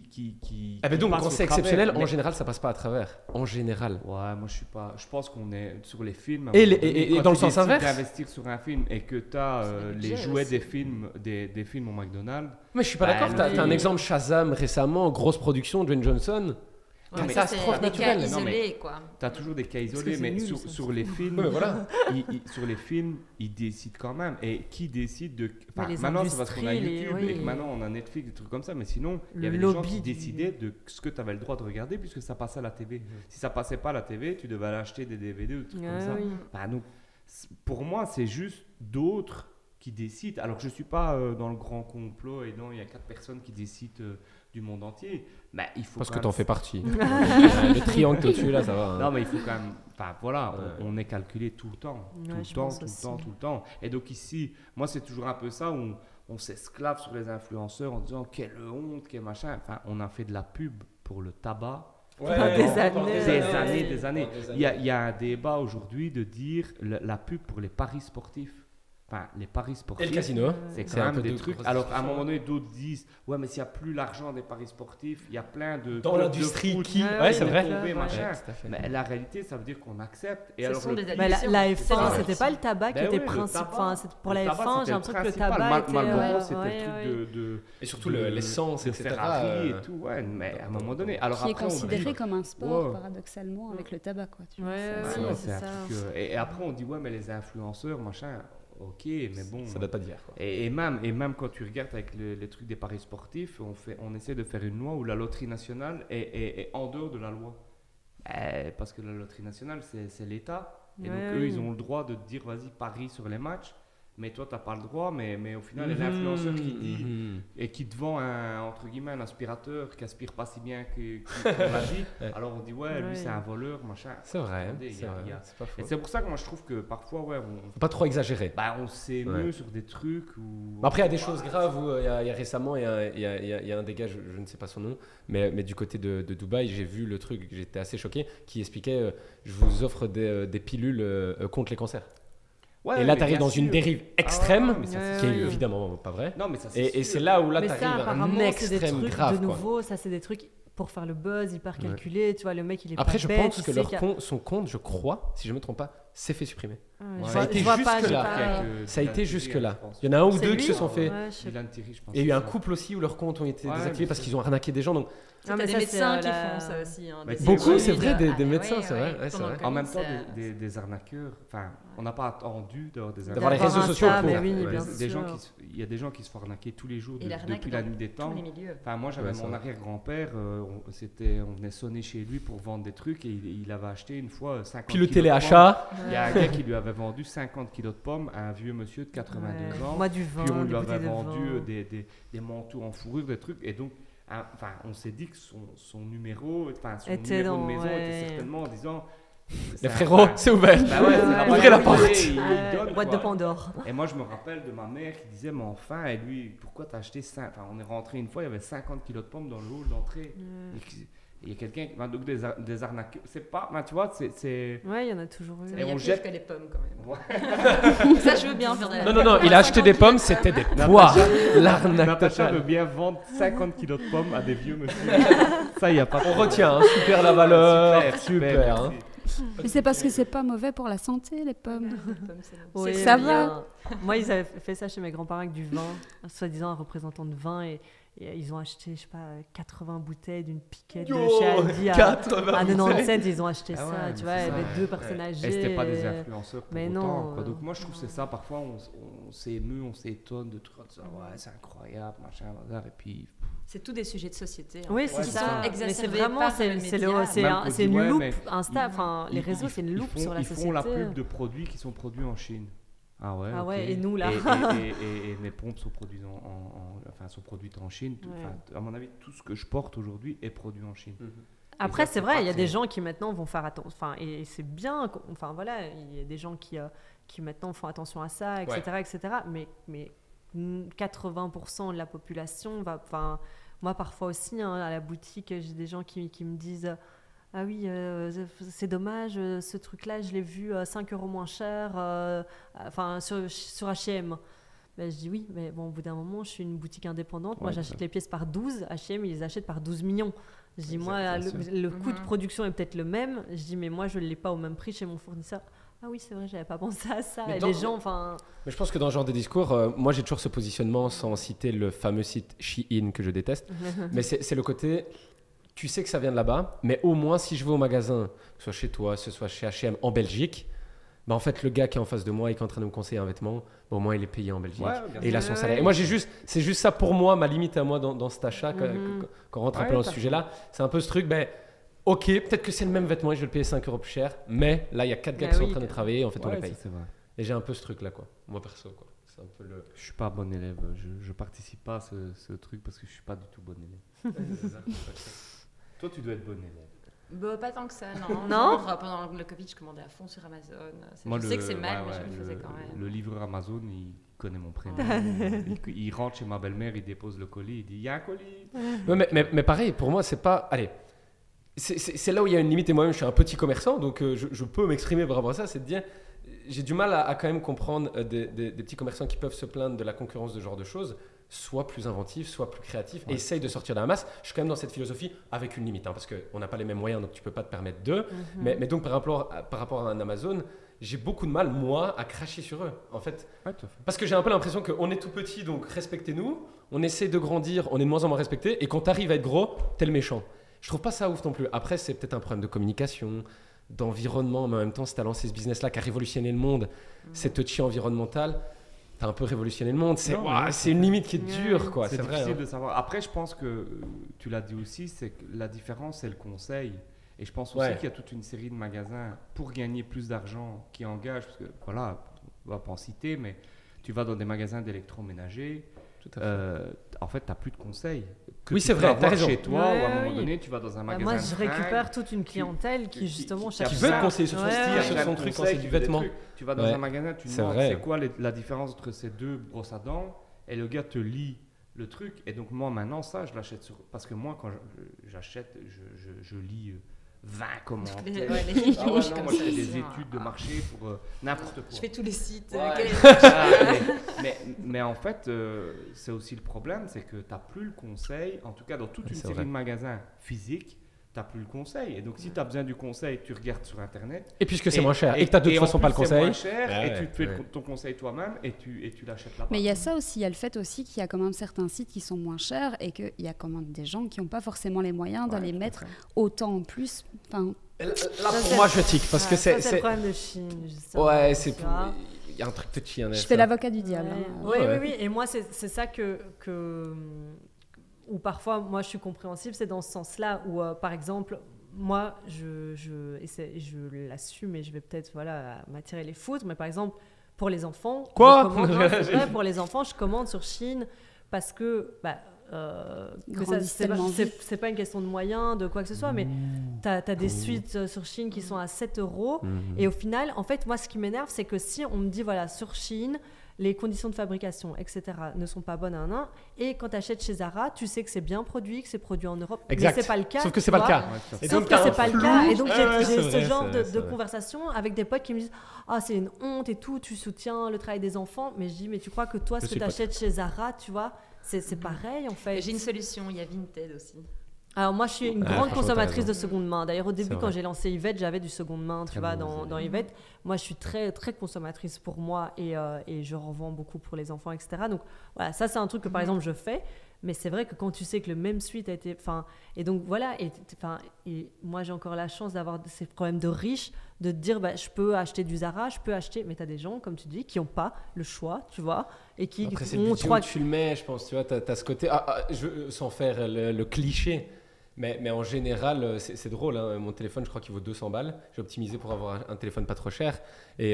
qui Ah ben donc passent quand au c'est travers, exceptionnel, en mais- général, ça passe pas à travers. En général. Ouais, moi je suis pas. Je pense qu'on est sur les films. à un Et moment les- donné, et quand dans le tu sens décides inverse. d'investir sur un film et que tu as C'est le les budget jouets aussi. des films au McDonald's. Mais je suis pas Bah, d'accord. T'as oui. un exemple Shazam récemment, grosse production, Dwayne Johnson. Ouais, mais catastrophe ça, c'est des cas naturelle. Non, mais- isolés, quoi. Tu as toujours des cas que isolés, c'est mais nul, sur, ça. sur les films, Ouais, mais voilà. sur les films, ils décident quand même. Et qui décide de... Mais les maintenant, c'est parce qu'on a industries, YouTube oui. et que maintenant on a Netflix, des trucs comme ça. Mais sinon, il y Le avait des gens lobby qui du- décidaient de ce que tu avais le droit de regarder puisque ça passait à la TV. Si ça passait pas à la TV, tu devais aller acheter des DVD ou des trucs comme ça. Oui. Donc, pour moi, c'est juste d'autres qui décident. Alors, je ne suis pas dans le grand complot et non, il y a 4 personnes qui décident du monde entier. Mais il faut Parce quand que même- t'en fais partie. Le triangle au-dessus, là, ça va. hein. Non, mais il faut quand même. Enfin, voilà, Ouais. on est calculé tout le temps. Ouais, Tout le je temps, pense tout le aussi. temps, tout le temps. Et donc, ici, moi, c'est toujours un peu ça où on s'esclave sur les influenceurs en disant quelle honte, quel machin. Enfin, on a fait de la pub pour le tabac. Des années. Des années. Il y a un débat aujourd'hui de dire la pub pour les paris sportifs. Enfin, les paris Et sportifs. le casino. C'est C'est quand un même peu des de trucs. grosses Alors, à un discussions. moment donné, d'autres disent ouais, mais s'il n'y a plus l'argent des paris sportifs, il y a plein de. Dans clubs de l'industrie foot qui. Ouais, Ouais, c'est vont vrai. tomber, Ouais, machin. Ouais, tout à fait. Mais la réalité, ça veut dire qu'on accepte. Et Ce alors, sont le des pire, Bah, la C'est F1, ça. c'était pas le tabac qui Ben était oui, le principal. tabac. Enfin, pour la le tabac, F1, c'était j'ai l'impression que le principal. tabac était. Marlboro, c'était ouais, le truc ouais. de. Et surtout de- l'essence, de etc. Ferrari et tout. Ouais, mais à un moment donné. Alors Qui est après, on dit. considéré comme un sport, Ouais. paradoxalement, avec le tabac, quoi. Tu vois, Ouais, c'est- ouais, Ouais, c'est c'est un ça. truc, et après, on dit ouais, mais les influenceurs, machin. Ok, mais bon. Ça date pas d'hier. quoi. Et même quand tu regardes avec les trucs des paris sportifs, on essaie de faire une loi où la loterie nationale est en dehors de la loi. Parce que la loterie nationale, c'est l'État. Et donc, Ouais, eux, oui. ils ont le droit de te dire, vas-y, parie sur les matchs. Mais toi, tu n'as pas le droit. Mais au final, Mhm, l'influenceur qui dit mhm. et qui te vend entre guillemets, un aspirateur qui aspire pas si bien qu'on l'a dit, Ouais. alors on dit, ouais, lui, Ouais. c'est un voleur, machin. C'est vrai. Attendez, C'est vrai. C'est pas faux. Et c'est pour ça que moi, je trouve que parfois, ouais, Faut pas trop exagérer. on s'émeut Ouais. sur des trucs où... Après, il y a des choses graves où il y a récemment, il y a un des gars, je ne sais pas son nom, mais du côté de Dubaï, j'ai vu le truc, j'étais assez choqué, qui expliquait je vous offre des pilules contre les cancers. Ouais, Et là, mais tu arrives bien dans une sûr. dérive Ah extrême, ouais, mais ça, c'est qui est sûr. évidemment pas vrai. Non, mais ça, c'est Et sûr. c'est là où là, Mais tu ça, arrives à un apparemment, c'est des extrême trucs grave. de quoi. nouveau. Ça, c'est des trucs pour faire le buzz, hyper calculé. Tu vois, le mec, il est Après, pas je bête, pense il que sait qu'il y a- son compte, je crois, si je ne me trompe pas, s'est fait supprimer. Ouais, Ouais. je Ça a vois- été je vois pas, j'ai jusque-là. pas- Ça a été Dylan jusque-là. Thierry, je pense. Il y en a un ou C'est deux lui, qui se sont fait. Ouais, je sais Dylan Thierry, je pense. Et il y a eu un c'est ça. couple aussi où leurs comptes ont été Ouais, désactivés mais parce c'est- qu'ils ont arnaqué des gens. Donc, Ah, mais T'as des ça, médecins c'est, qui la- font ça aussi. Hein, Bah, des beaucoup, études, c'est vrai, des ouais, médecins, ouais, c'est vrai, ouais. ouais, c'est Pendant vrai. le En même Covid, temps, c'est- des arnaqueurs, enfin, on n'a pas attendu d'avoir des D'avoir les D'avoir réseaux un sociaux ça, pour. mais oui, Ouais. bien Des gens sûr. il y a des gens qui se font arnaquer tous les jours Et l'arnaque depuis la dans nuit des temps. tous les milieux. Enfin, moi, j'avais Ouais, c'est mon vrai. arrière-grand-père, on venait sonner chez lui pour vendre des trucs et il avait acheté une fois 50 puis le kilos de téléachat. pommes. Il y a un gars qui lui avait vendu 50 kilos de pommes à un vieux monsieur de 82 Ouais. ans. Moi, du vin. Puis on des lui avait bouteilles de vendu vin. des manteaux en fourrure, des trucs. Et donc, enfin, on s'est dit que son numéro, enfin, son Était numéro dans- de maison ouais. était certainement en disant... Les frérots, c'est ouvert. Bah ouais, c'est la Ouais. Ouvrez la bonne porte. idée, il Ouais, donne, boîte de quoi. Pandore. Et moi, je me rappelle de ma mère qui disait, mais enfin, et lui, pourquoi t'as acheté ça? Enfin, on est rentré une fois, il y avait 50 kilos de pommes dans le hall d'entrée. Il y a quelqu'un qui donc des arnaqueurs. C'est pas, ben, tu vois, c'est. Ouais, il y en a toujours eu. Il y a on plus jette- que les pommes quand même. Ouais. Ça, je veux bien faire de la. Non, il a acheté des pommes, c'était des poires. L'arnaque Natacha veut totale. bien vendre 50 kilos de pommes à des vieux monsieur. Ça, il n'y a pas de On problème. retient, hein, super la valeur, Super, super. hein. merci. Mais c'est parce que c'est pas mauvais pour la santé, les pommes. Les pommes, c'est bon. Oui, C'est ça mais va. Moi, ils avaient fait ça chez mes grands-parents avec du vin, soi-disant un représentant de vin, et ils ont acheté, je sais pas, 80 bouteilles d'une piquette de chez Aldi à 97, ils ont acheté Ah ouais, ça, mais tu c'est vois, il y ça, avait ouais. deux personnes âgées. Et c'était pas des influenceurs pour Mais autant. non, Quoi. Donc moi, je trouve que c'est ça. Parfois, on s'émeut, on s'étonne de trucs comme ça. Ouais, c'est incroyable, machin, bazar. Et puis... C'est tous des sujets de société. hein. Oui, Ouais, c'est c'est ça. ça. Mais c'est Exacerbé vraiment, par c'est les c'est médias. Même qu'on c'est dit, une ouais, loupe. mais Insta, enfin, les Ils- réseaux, ils- c'est une ils loupe font- sur la Ils société. font la pub de produits qui sont produits en Chine. Ah ouais, Ah ok. ouais, et nous, là. Et mes pompes sont produites sont produites en Chine. Ouais. Enfin, à mon avis, tout ce que je porte aujourd'hui est produit en Chine. Après, Et ça, c'est c'est vrai, pas il y a très- des gens qui maintenant vont faire attention. Enfin, et c'est bien. Enfin, voilà, il y a des gens qui maintenant font attention à ça, etc. etc. Mais 80% de la population va. Enfin, moi, parfois aussi, hein, à la boutique, j'ai des gens qui me disent ah oui, c'est dommage, ce truc-là, je l'ai vu 5 € moins cher enfin, sur H&M. Ben, je dis oui, mais bon, au bout d'un moment, je suis une boutique indépendante. Moi, Ouais, j'achète ça. les pièces par 12. H&M, ils les achètent par 12 millions. Je dis, Exact, moi, bien le coût de Mhm. production est peut-être le même. Je dis, mais moi, je ne l'ai pas au même prix chez mon fournisseur. Ah oui, c'est vrai, j'avais pas pensé à ça. Mais Et dans- les gens, enfin... Mais je pense que dans ce genre de discours, moi j'ai toujours ce positionnement sans citer le fameux site Shein que je déteste. Mais c'est le côté, tu sais que ça vient de là-bas, mais au moins si je vais au magasin, que ce soit chez toi, que ce soit chez H&M en Belgique, bah en fait le gars qui est en face de moi et qui est en train de me conseiller un vêtement, bah, au moins il est payé en Belgique et il a son salaire. Et moi c'est juste ça pour moi, ma limite à moi dans cet achat, quand on rentre un peu dans ce sujet-là, c'est un peu ce truc, ok, peut-être que c'est le même vêtement et je vais le payer 5 € plus cher, mais là il y a 4 gars qui sont en train de travailler et en fait on les paye. C'est vrai. Et j'ai un peu ce truc-là, quoi, moi perso, quoi. C'est un peu le... Je suis pas bon élève, je participe pas à ce truc parce que je suis pas du tout bon élève. Toi, tu dois être bon élève. Pas tant que ça, non. Non. Pendant le Covid, je commandais à fond sur Amazon. Moi, je sais que c'est mal, mais je le faisais quand même. Le livreur Amazon, il connaît mon prénom. il rentre chez ma belle-mère, il dépose le colis, il dit « il y a un colis ». Mais pareil, pour moi, c'est pas... Allez, c'est là où il y a une limite, et moi-même, je suis un petit commerçant, donc je peux m'exprimer par rapport à ça, c'est de dire... J'ai du mal à quand même comprendre des petits commerçants qui peuvent se plaindre de la concurrence de ce genre de choses, soit plus inventifs, soit plus créatifs, et essayent de sortir de la masse. Je suis quand même dans cette philosophie avec une limite, parce qu'on n'a pas les mêmes moyens, donc tu ne peux pas te permettre d'eux. Mais donc par rapport à un Amazon, j'ai beaucoup de mal, moi, à cracher sur eux, en fait. Parce que j'ai un peu l'impression qu'on est tout petit, donc respectez-nous, on essaie de grandir, on est de moins en moins respecté, et quand tu arrives à être gros, t'es le méchant. Je trouve pas ça ouf non plus. Après, c'est peut-être un problème de communication, d'environnement, mais en même temps, si tu as lancé ce business-là qui a révolutionné le monde, c'est touchy environnemental, tu as un peu révolutionné le monde. C'est une limite qui est dure, quoi. C'est vrai, difficile de savoir. Après, je pense que tu l'as dit aussi, c'est que la différence, c'est le conseil. Et je pense aussi qu'il y a toute une série de magasins pour gagner plus d'argent qui engagent, parce que voilà, on va pas en citer, mais tu vas dans des magasins d'électroménager. En fait, tu n'as plus de conseils. Oui, c'est vrai, tu as raison. Chez toi, ou à un moment donné, tu vas dans un magasin. Moi, je récupère toute une clientèle qui justement cherche. Qui veut te conseiller sur son style, sur son truc, quand c'est du vêtement. Tu vas dans un magasin, tu demandes c'est quoi la différence entre ces deux brosses à dents, et le gars te lit le truc. Et donc, moi, maintenant, ça, je l'achète sur. Parce que moi, quand j'achète, je lis 20 commentaires. Les reviews, moi, je fais des études de marché pour n'importe quoi. Je fais tous les sites. Mais en fait, c'est aussi le problème, c'est que tu n'as plus le conseil, en tout cas dans toute une série de magasins physiques, tu n'as plus le conseil. Et donc, si tu as besoin du conseil, tu regardes sur Internet. Et puisque c'est moins cher, et que tu n'as de toute façon pas le conseil. C'est moins cher, et tu te fais ton conseil toi-même, et tu l'achètes là-bas. Mais il y a ça aussi, il y a le fait aussi qu'il y a quand même certains sites qui sont moins chers, et qu'il y a quand même des gens qui n'ont pas forcément les moyens d'aller mettre autant en plus. Enfin, là, pour moi, je tique, parce que c'est le problème de Chine. Ouais, c'est pour... Il y a un truc de chien. Je fais l'avocat du diable. Oui. Et moi, c'est ça que où parfois, moi, je suis compréhensible, c'est dans ce sens-là où, par exemple, moi, je l'assume et je vais peut-être m'attirer les foudres, mais par exemple, pour les enfants, pour les enfants, je commande sur Chine parce que c'est pas une question de moyens, de quoi que ce soit, mais t'as des suites sur Chine qui sont à 7 €. Et au final, en fait, moi, ce qui m'énerve, c'est que si on me dit, sur Chine, les conditions de fabrication, etc., ne sont pas bonnes et quand tu achètes chez Zara, tu sais que c'est bien produit, que c'est produit en Europe. Exact. Mais c'est pas le cas. Sauf que c'est pas le cas. Et donc, j'ai ce genre de conversation avec des potes qui me disent « Ah, c'est une honte et tout, tu soutiens le travail des enfants. » Mais je dis « Mais tu crois que toi, ce que tu achètes chez Zara, tu vois, c'est pareil, en fait. » J'ai une solution, il y a Vinted aussi. Alors moi, je suis une grande consommatrice de seconde main. D'ailleurs, au début, quand j'ai lancé Yvette, j'avais du seconde main, tu vois, dans Yvette. Moi, je suis très, très consommatrice pour moi et je revends beaucoup pour les enfants, etc. Donc, voilà, ça, c'est un truc que, par exemple, je fais. Mais c'est vrai que quand tu sais que le même suite a été... Et donc, voilà. Et moi, j'ai encore la chance d'avoir ces problèmes de riches, de te dire, je peux acheter du Zara, je peux acheter... Mais tu as des gens, comme tu dis, qui n'ont pas le choix, tu vois, et qui Après, c'est le budget où tu le mets, je pense, tu vois, tu as ce côté... sans faire le cliché... Mais en général, c'est drôle. Hein. Mon téléphone, je crois qu'il vaut 200 balles. J'ai optimisé pour avoir un téléphone pas trop cher. Et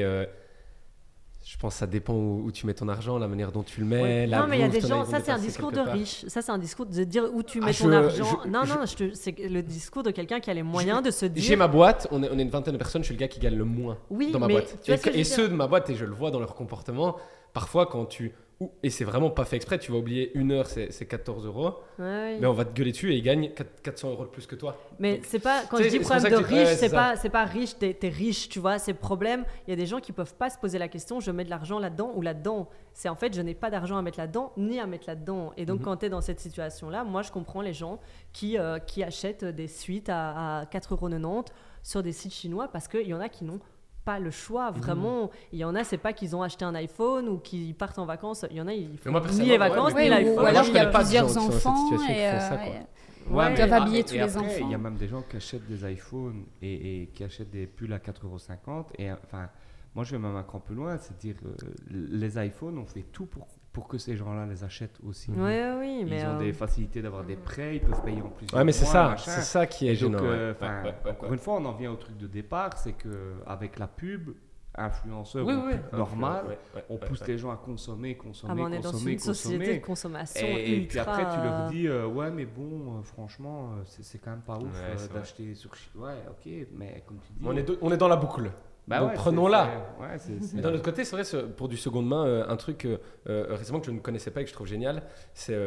je pense que ça dépend où tu mets ton argent, la manière dont tu le mets. Non, mais il y a des gens, ça c'est un discours de riche. Ça c'est un discours de dire où tu mets ton argent. C'est le discours de quelqu'un qui a les moyens de se dire. J'ai ma boîte, on est une vingtaine de personnes, je suis le gars qui gagne le moins dans ma boîte. Et ceux de ma boîte, et je le vois dans leur comportement, parfois quand tu... Et c'est vraiment pas fait exprès, tu vas oublier 1 heure, c'est 14 €. Ouais. Mais on va te gueuler dessus et ils gagnent 400 € de plus que toi. Mais c'est pas, quand je dis problème de riche, c'est pas riche, t'es riche, tu vois, c'est le problème. Il y a des gens qui peuvent pas se poser la question, je mets de l'argent là-dedans ou là-dedans. C'est en fait, je n'ai pas d'argent à mettre là-dedans ni à mettre là-dedans. Et donc, quand t'es dans cette situation-là, moi, je comprends les gens qui achètent des suites à 4,90 € sur des sites chinois parce qu'il y en a qui n'ont pas le choix, vraiment. Il y en a, c'est pas qu'ils ont acheté un iPhone ou qu'ils partent en vacances. Il y en a, ils font ni les vacances ni l'iPhone. Ou alors il y a plusieurs enfants. Ils doivent habiller tous les enfants. Il y a même des gens qui achètent des iPhones et qui achètent des pulls à 4,50 €. Et enfin, moi, je vais même un cran plus loin, c'est-à-dire les iPhones, on fait tout pour que ces gens-là les achètent aussi. Oui, mais ils ont des facilités d'avoir des prêts, ils peuvent payer en plusieurs mois. Mais c'est ça qui est gênant. Donc, encore une fois, on en vient au truc de départ, c'est qu'avec la pub, influenceur normal, on pousse les gens à consommer. On est dans une société de consommation et puis après, tu leur dis, ouais, mais bon, franchement, c'est quand même pas ouf d'acheter sur... Ouais, ok, mais comme tu dis... On est dans la boucle. Donc prenons-la. Mais d'un autre côté, c'est vrai, pour du seconde main, un truc récemment que je ne connaissais pas et que je trouve génial, c'est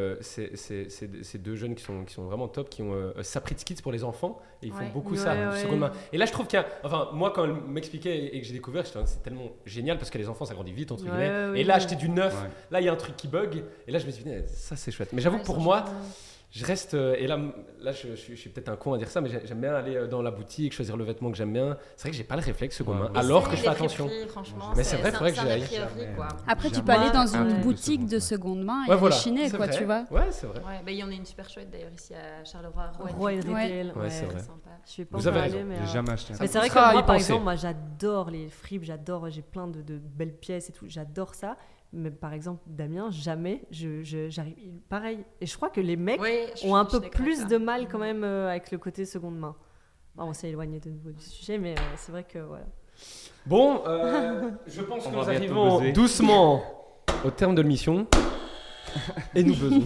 deux jeunes qui sont vraiment top, qui ont Sapritz Kids pour les enfants, et ils font beaucoup ça, du seconde main. Et là, je trouve moi, quand elle m'expliquait et que j'ai découvert, c'est tellement génial parce que les enfants, ça grandit vite, entre guillemets. Et là, acheter du neuf, là, il y a un truc qui bug, et là, je me suis dit, ça, c'est chouette. Mais j'avoue que pour moi... Je reste, et là je suis peut-être un con à dire ça, mais j'aime bien aller dans la boutique, choisir le vêtement que j'aime bien. C'est vrai que j'ai pas le réflexe seconde main, alors que je fais attention. Mais c'est vrai, il faudrait que j'aille. Après, tu peux aller dans une boutique de seconde main et déchiner, quoi, tu vois. Ouais, c'est vrai. Il y en a une super chouette d'ailleurs ici à Charleroi. Roy Retail. Ouais, c'est vrai. Je suis pas Vous avez allée, mais j'ai jamais acheté. Mais c'est vrai que moi, par exemple, j'adore les fripes, j'ai plein de belles pièces et tout, j'adore ça. Mais par exemple, Damien, jamais, j'arrive. Pareil. Et je crois que les mecs ont un peu plus de mal quand même avec le côté seconde main. On s'est éloigné de nouveau du sujet, mais c'est vrai que voilà. Bon, je pense que nous arrivons doucement au terme de l'émission. Et nous buzzons.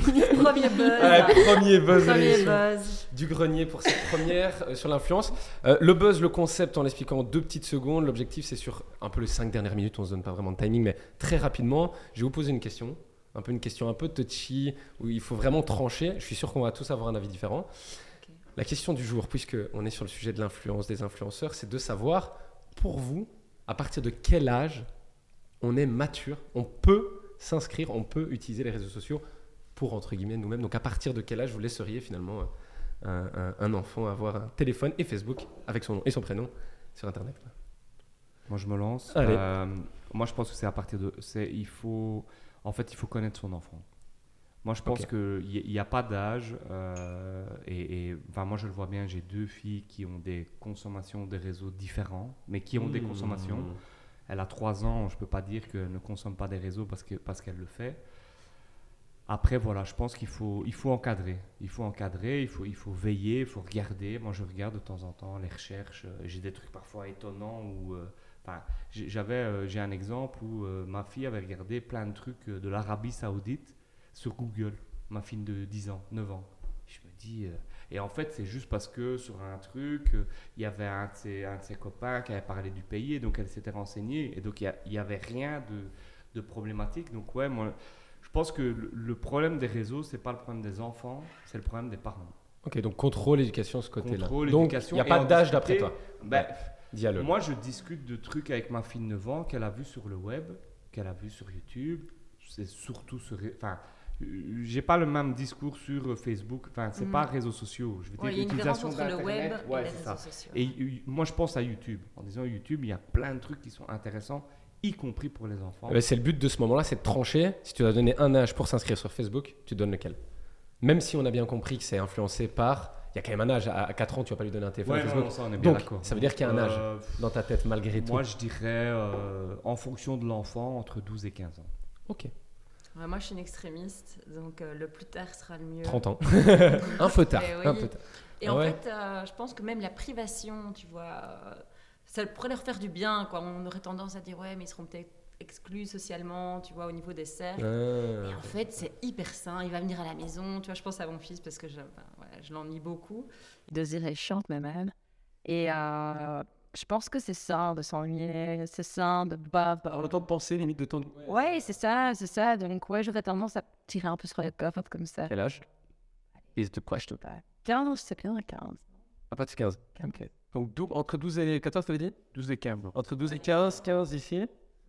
Premier buzz du grenier pour cette première sur l'influence. Le buzz, le concept, en l'expliquant en 2 petites secondes. L'objectif, c'est sur un peu les 5 dernières minutes. On ne se donne pas vraiment de timing, mais très rapidement, je vais vous poser une question. Une question un peu touchy, où il faut vraiment trancher. Je suis sûr qu'on va tous avoir un avis différent. Okay. La question du jour, puisqu'on est sur le sujet de l'influence, des influenceurs, c'est de savoir, pour vous, à partir de quel âge on est mature, on peut s'inscrire, on peut utiliser les réseaux sociaux pour, entre guillemets, nous-mêmes. Donc, à partir de quel âge vous laisseriez finalement un enfant avoir un téléphone et Facebook avec son nom et son prénom sur Internet? Moi, je me lance. Moi, je pense que c'est à partir de... il faut connaître son enfant. Moi, je pense qu'il n'y a pas d'âge. Moi, je le vois bien, j'ai 2 filles qui ont des consommations des réseaux différents, mais qui ont des consommations. Elle a 3 ans, je ne peux pas dire qu'elle ne consomme pas des réseaux parce qu'elle le fait. Après, voilà, je pense qu'il faut encadrer. Il faut veiller, il faut regarder. Moi, je regarde de temps en temps les recherches. J'ai des trucs parfois étonnants où... j'ai un exemple où ma fille avait regardé plein de trucs de l'Arabie Saoudite sur Google. Ma fille de 10 ans, 9 ans. Je me dis... Et en fait, c'est juste parce que sur un truc, il y avait un de ses copains qui avait parlé du pays, et donc elle s'était renseignée, et donc il n'y avait rien de problématique. Donc ouais, moi, je pense que le problème des réseaux, c'est pas le problème des enfants, c'est le problème des parents. Ok, donc contrôle, éducation, ce côté-là. Donc il n'y a pas d'âge d'après toi. Dialogue. Moi, je discute de trucs avec ma fille de 9 ans qu'elle a vu sur le web, qu'elle a vu sur YouTube. C'est surtout sur... j'ai pas le même discours sur Facebook. C'est pas réseaux sociaux. Je veux dire, il y a une différence entre le web et les réseaux sociaux. Et moi, je pense à YouTube. En disant YouTube, il y a plein de trucs qui sont intéressants, y compris pour les enfants. C'est le but de ce moment-là, c'est de trancher. Si tu dois donner un âge pour s'inscrire sur Facebook, tu donnes lequel? Même si on a bien compris que c'est influencé par... Il y a quand même un âge. À 4 ans, tu vas pas lui donner un téléphone Facebook. Non, ça, on est bien donc, d'accord. Ça veut dire qu'il y a un âge dans ta tête, malgré tout. Moi, je dirais, en fonction de l'enfant, entre 12 et 15 ans. Ok. Moi, je suis une extrémiste, donc le plus tard sera le mieux. 30 ans. Un peu tard. Et en fait, je pense que même la privation, tu vois, ça pourrait leur faire du bien, quoi. On aurait tendance à dire, ouais, mais ils seront peut-être exclus socialement, tu vois, au niveau des cercles. Et en fait, c'est hyper sain. Il va venir à la maison. Tu vois, je pense à mon fils parce que je l'ennuie beaucoup. Il chante même. Et je pense que c'est ça, de s'ennuyer. C'est ça, de pas... Le temps de penser, limite de temps... Ouais, c'est ça. Donc, ouais, j'aurais tendance à tirer un peu sur le coffre comme ça. Quel âge? Et de quoi je te parle? 15, c'est bien, 15. À partir de 15. Ok. Donc, entre 12 et 14, ça veut dire 12 et 15. Entre 12 et 15, 15 ici.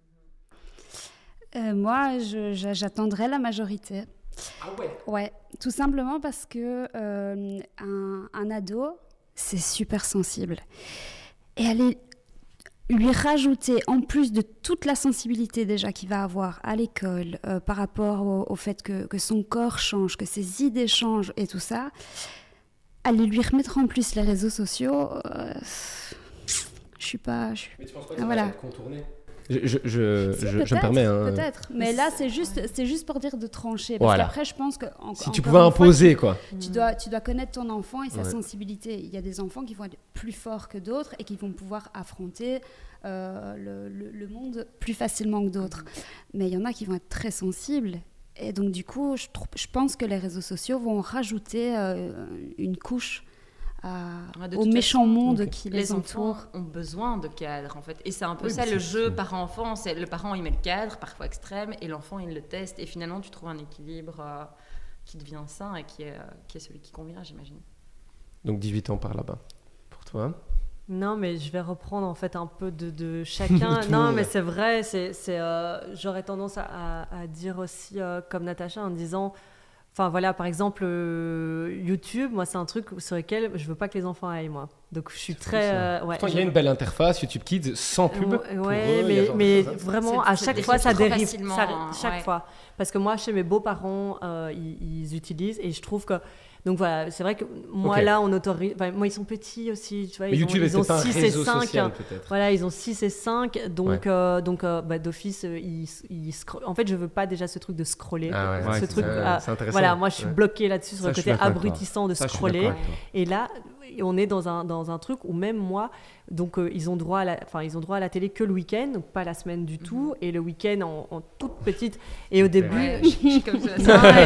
Moi, j'attendrais la majorité. Ah ouais? Ouais, tout simplement parce que un ado, c'est super sensible. Et aller lui rajouter, en plus de toute la sensibilité déjà qu'il va avoir à l'école, par rapport au fait que son corps change, que ses idées changent et tout ça, aller lui remettre en plus les réseaux sociaux, je suis pas... Mais tu penses pas que ça Voilà. va être contourné? Si, Je me peut-être, permets. Hein. peut-être. Mais là, c'est juste pour dire de trancher. Parce Voilà. qu'après, je pense que... Si tu pouvais imposer, quoi. Tu dois connaître ton enfant et sa Ouais. sensibilité. Il y a des enfants qui vont être plus forts que d'autres et qui vont pouvoir affronter le monde plus facilement que d'autres. Mais il y en a qui vont être très sensibles. Et donc, du coup, je pense que les réseaux sociaux vont rajouter une couche De au toute méchant façon, monde qui les Les enfants entoure. ont besoin de cadre en fait, et c'est un peu Oui, ça mais le c'est- jeu parent-enfant. C'est le parent il met le cadre, parfois extrême, et l'enfant il le teste, et finalement tu trouves un équilibre qui devient sain et qui est celui qui convient, j'imagine. Donc 18 ans par là-bas. Pour toi? Non, mais je vais reprendre en fait un peu de chacun. De tout le Non, monde. mais c'est vrai. J'aurais tendance à dire aussi, comme Natacha, en disant, enfin voilà, par exemple, YouTube, moi c'est un truc sur lequel je veux pas que les enfants aillent, moi. Donc je suis très... ouais, Pourtant, il y a une belle interface, YouTube Kids, sans pub. Ouais, pour ouais, eux, il y a genre mais des choses, hein. vraiment, à C'est chaque des fois, ça choses trop dérive. facilement, Chaque ouais. fois. Parce que moi, chez mes beaux-parents, ils utilisent et je trouve que. Donc voilà, c'est vrai que moi, Ok. là, on autorise. Enfin, moi, ils sont petits aussi, tu vois. Mais YouTube, ils ont c'est un 6 et réseau 5. social, peut-être. Voilà, ils ont 6 et 5. Donc, bah, d'office, en fait, je veux pas déjà ce truc de scroller. Ah ouais, Ouais, ce c'est truc. ça. C'est intéressant. Voilà, moi, je suis Ouais. bloquée là-dessus sur Ça, le je suis côté d'accord avec toi. abrutissant de Ça, je suis scroller. d'accord avec toi. Et là, on est dans un truc où même moi, donc ils ont droit à la télé que le week-end, donc pas la semaine du tout, et le week-end en toute petite. Et au début, Ouais, je suis comme ça.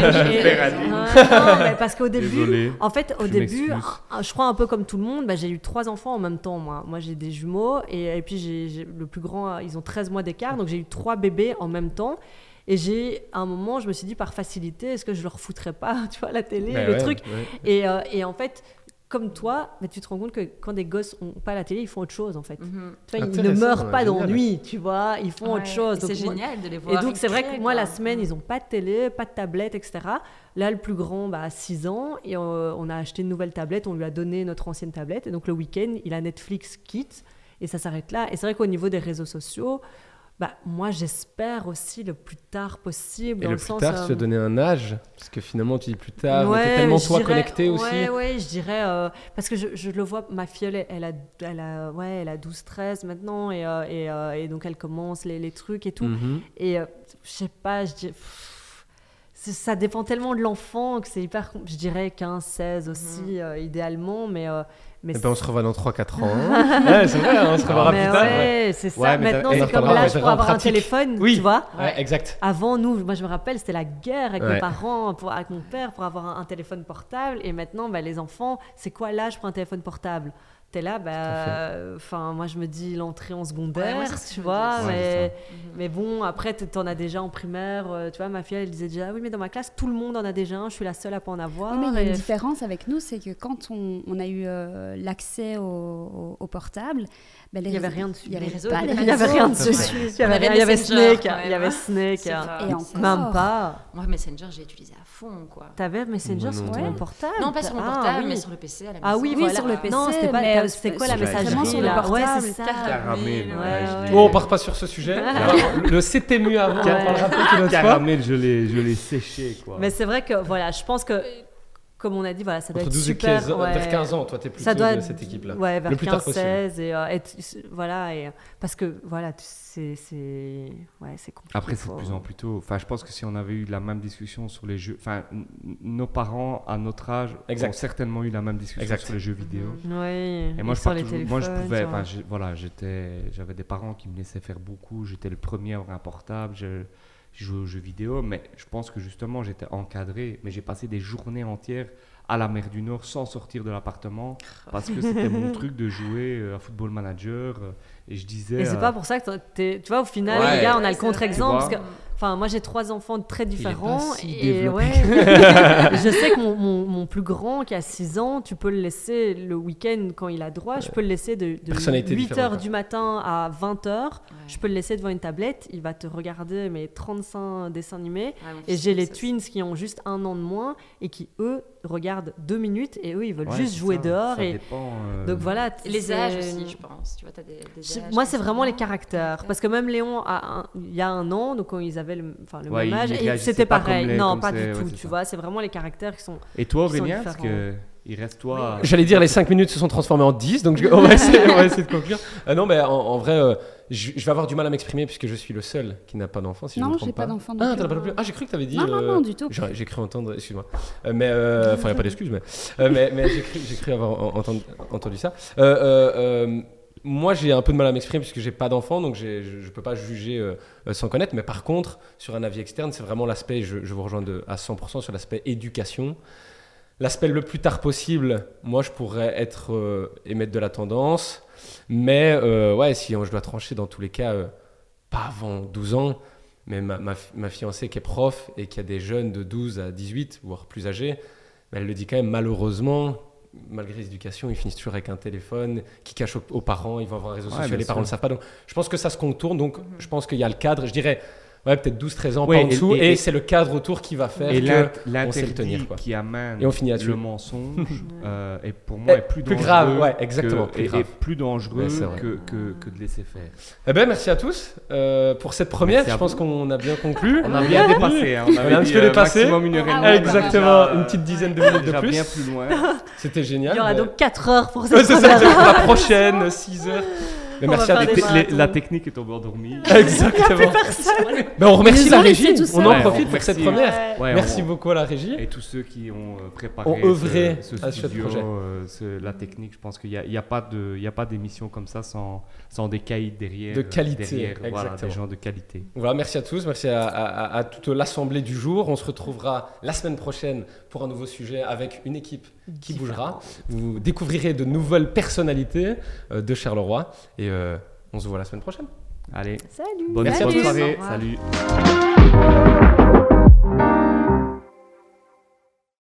non, mais parce qu'au début, Désolé. en fait, au Je début, m'excuse. je crois un peu comme tout le monde, bah, j'ai eu 3 enfants en même temps, moi. Moi, j'ai des jumeaux, et puis le plus grand, ils ont 13 mois d'écart, donc j'ai eu 3 bébés en même temps. Et à un moment, je me suis dit, par facilité, est-ce que je leur foutrais pas, tu vois, la télé, Bah le ouais, truc. ouais. Et en fait, comme toi, bah, tu te rends compte que quand des gosses n'ont pas la télé, ils font autre chose, en fait. Mhm. Tu vois, ils ne Intéressant, meurent ouais, pas génial. d'ennui, tu vois, ils font Ouais, autre chose. et Donc, c'est moi- génial de les et voir. donc, c'est vrai que créer, moi, quoi. la semaine, ils n'ont pas de télé, pas de tablette, etc. Là, le plus grand a 6 ans et on a acheté une nouvelle tablette, on lui a donné notre ancienne tablette. Et donc, le week-end, il a Netflix Kids et ça s'arrête là. Et c'est vrai qu'au niveau des réseaux sociaux, bah, moi, j'espère aussi le plus tard possible. Et dans le le plus sens, tard, tu as donné un âge, parce que finalement, tu dis plus tard, mais ouais, t'es tellement je toi dirais- connecté aussi. Ouais, je dirais. Parce que je le vois, ma filleule, elle a 12-13 maintenant, et donc elle commence les trucs et tout. Mhm. Et je sais pas, ça dépend tellement de l'enfant que c'est hyper. Je dirais 15-16 aussi, idéalement, mais. Et ben, on se revoit dans 3-4 ans. Hein. Ouais, c'est vrai, on se reverra mais plus tard. ouais, c'est ça. Ouais, mais Maintenant, t'as- et c'est on comme reparlera, l'âge on pour verra en avoir un pratique. téléphone, Oui. tu vois. Ouais, exact. Avant, nous, moi je me rappelle, c'était la guerre avec Ouais. mes parents, avec mon père, pour avoir un téléphone portable. Et maintenant, bah, les enfants, c'est quoi l'âge pour un téléphone portable? T'es là, enfin, moi je me dis l'entrée en secondaire, Ouais, moi, c'est ce que tu je me vois, dis. Ouais, mais bon, après t'en as déjà en primaire, tu vois, ma fille elle disait déjà, ah oui, mais dans ma classe, tout le monde en a déjà un, je suis la seule à pas en avoir. Oui, mais il y a et- une différence avec nous, c'est que quand on a eu l'accès au portable, ben, Il y avait rien dessus. Il y avait Les réseaux, pas les Il y avait réseaux rien Tout à fait. dessus. Il y On avait avait rien, il y avait Messenger, Snake, quand il y avait même. Snake, C'est vrai. Et encore. même pas. Moi, Messenger, j'ai utilisé à fond, quoi. T'avais Messenger Moi sur non. ton Ouais. portable? Non, pas sur mon Ah, portable, oui. mais sur le PC à la maison. Ah oui, Oui, voilà. sur le PC, Non, c'était mais, pas. C'était quoi la sur la- messagerie vraiment sur le là? Ouais, portable. c'est ça. Caramel, ouais, ouais, Oh, on part pas sur ce sujet. Alors, le c'était mieux avant, on en parlera peut-être une autre fois. Caramel, je l'ai séché, quoi. Mais c'est vrai que, voilà, je pense que, comme on a dit, voilà, ça doit Entre être 12 et super. 15 ans, ouais. vers 15 ans, toi, t'es plutôt Ça doit de être- cette équipe-là. Ouais, vers Le plus tard possible. 15-16 et voilà, parce que voilà, c'est compliqué. Après, c'est de quoi. plus en plus tôt. Enfin, je pense que si on avait eu la même discussion sur les jeux... Enfin, nos parents, à notre âge, Exact. ont certainement eu la même discussion Exact. sur les jeux vidéo. Oui. Et moi, je sur pars les toujours- moi, je téléphones, pouvais... sur- Enfin, voilà, j'avais des parents qui me laissaient faire beaucoup. J'étais le premier à avoir un portable. Je jouais aux jeux vidéo. Mais je pense que, justement, j'étais encadré. Mais j'ai passé des journées entières à la mer du Nord sans sortir de l'appartement parce que c'était mon truc de jouer à Football Manager. Et je disais... Et c'est pas pour ça que tu vois, au final, Ouais. les gars, on a Ouais, le c'est contre-exemple. vrai. Parce que, enfin, moi, j'ai 3 enfants très différents. si Et développé. ouais, je sais que mon plus grand, qui a 6 ans, tu peux le laisser le week-end quand il a droit. Je peux le laisser de Personnalité 8h différente. du matin à 20h. Ouais. Je peux le laisser devant une tablette. Il va te regarder mes 35 dessins animés. Ouais, mon Et fils, j'ai les ça, twins qui ont juste 1 an de moins et qui, eux, regardent 2 minutes et eux, ils veulent Ouais, juste c'est jouer ça, dehors. ça Et dépend, donc voilà. Et les c'est- âges aussi, je pense. Tu vois, t'as des âges Moi, c'est vraiment les différents. caractères. Parce que même Léon, il y a 1 an, donc quand ils avaient le Ouais, même âge, il et réagissait c'était pas comme pareil. les- Non, comme pas c'est- du ouais, tout. c'est Tu ça. vois, c'est vraiment les caractères qui sont. Et toi, Ils sont Aurélien, parce différents. que Il reste toi. J'allais dire les 5 minutes se sont transformées en 10, donc on va essayer de conclure. Non, mais en vrai, je vais avoir du mal à m'exprimer puisque je suis le seul qui n'a pas d'enfant. Si je Non, me j'ai trompe pas d'enfant. Ah, t'en as pas non plus. Ah, j'ai cru que t'avais dit. Non, du tout. J'ai cru entendre, excuse-moi. Mais, enfin, il n'y a pas d'excuse, mais j'ai cru avoir entendu ça. Moi, j'ai un peu de mal à m'exprimer puisque j'ai pas d'enfant, donc je peux pas juger sans connaître. Mais par contre, sur un avis externe, c'est vraiment l'aspect, je vous rejoins à 100% sur l'aspect éducation. L'aspect le plus tard possible, moi, je pourrais émettre de la tendance. Mais ouais, si je dois trancher dans tous les cas, pas avant 12 ans, mais ma fiancée qui est prof et qui a des jeunes de 12 à 18, voire plus âgés, elle le dit quand même, malheureusement, malgré l'éducation, ils finissent toujours avec un téléphone qui cache aux parents, ils vont avoir un réseau social, les parents ne le savent pas. Donc, je pense que ça se contourne, donc je pense qu'il y a le cadre, je dirais, peut-être 12-13 ans, pas en dessous, et c'est le cadre autour qui va faire qu'on sait le tenir. Qui amène et on finit le mensonge, et pour moi, est plus dangereux, grave, exactement, et plus dangereux que de laisser faire. Eh ben, merci à tous pour cette première. Je pense qu'on a bien conclu. On a bien dépassé. On a un petit peu dépassé. Maximum 1h30. Exactement, une petite dizaine de minutes de plus. Bien plus loin. C'était génial. Il y aura donc 4 heures pour cette c'est ça, pour la prochaine, 6 heures. Mais merci à la technique est tombée endormie. Exactement. On remercie la régie. On en Ouais, profite pour cette première. Ouais, merci beaucoup à la régie. Et tous ceux qui ont préparé, ont œuvré ce studio, la technique. Je pense qu'il n'y a pas d'émission comme ça sans des caïds derrière. De qualité. Derrière, voilà, des gens de qualité. Voilà, merci à tous. Merci à toute l'assemblée du jour. On se retrouvera la semaine prochaine pour un nouveau sujet avec une équipe qui bougera. Vous découvrirez de nouvelles personnalités de Charleroi. Et on se voit la semaine prochaine. Allez, salut. Bonne soirée. Salut.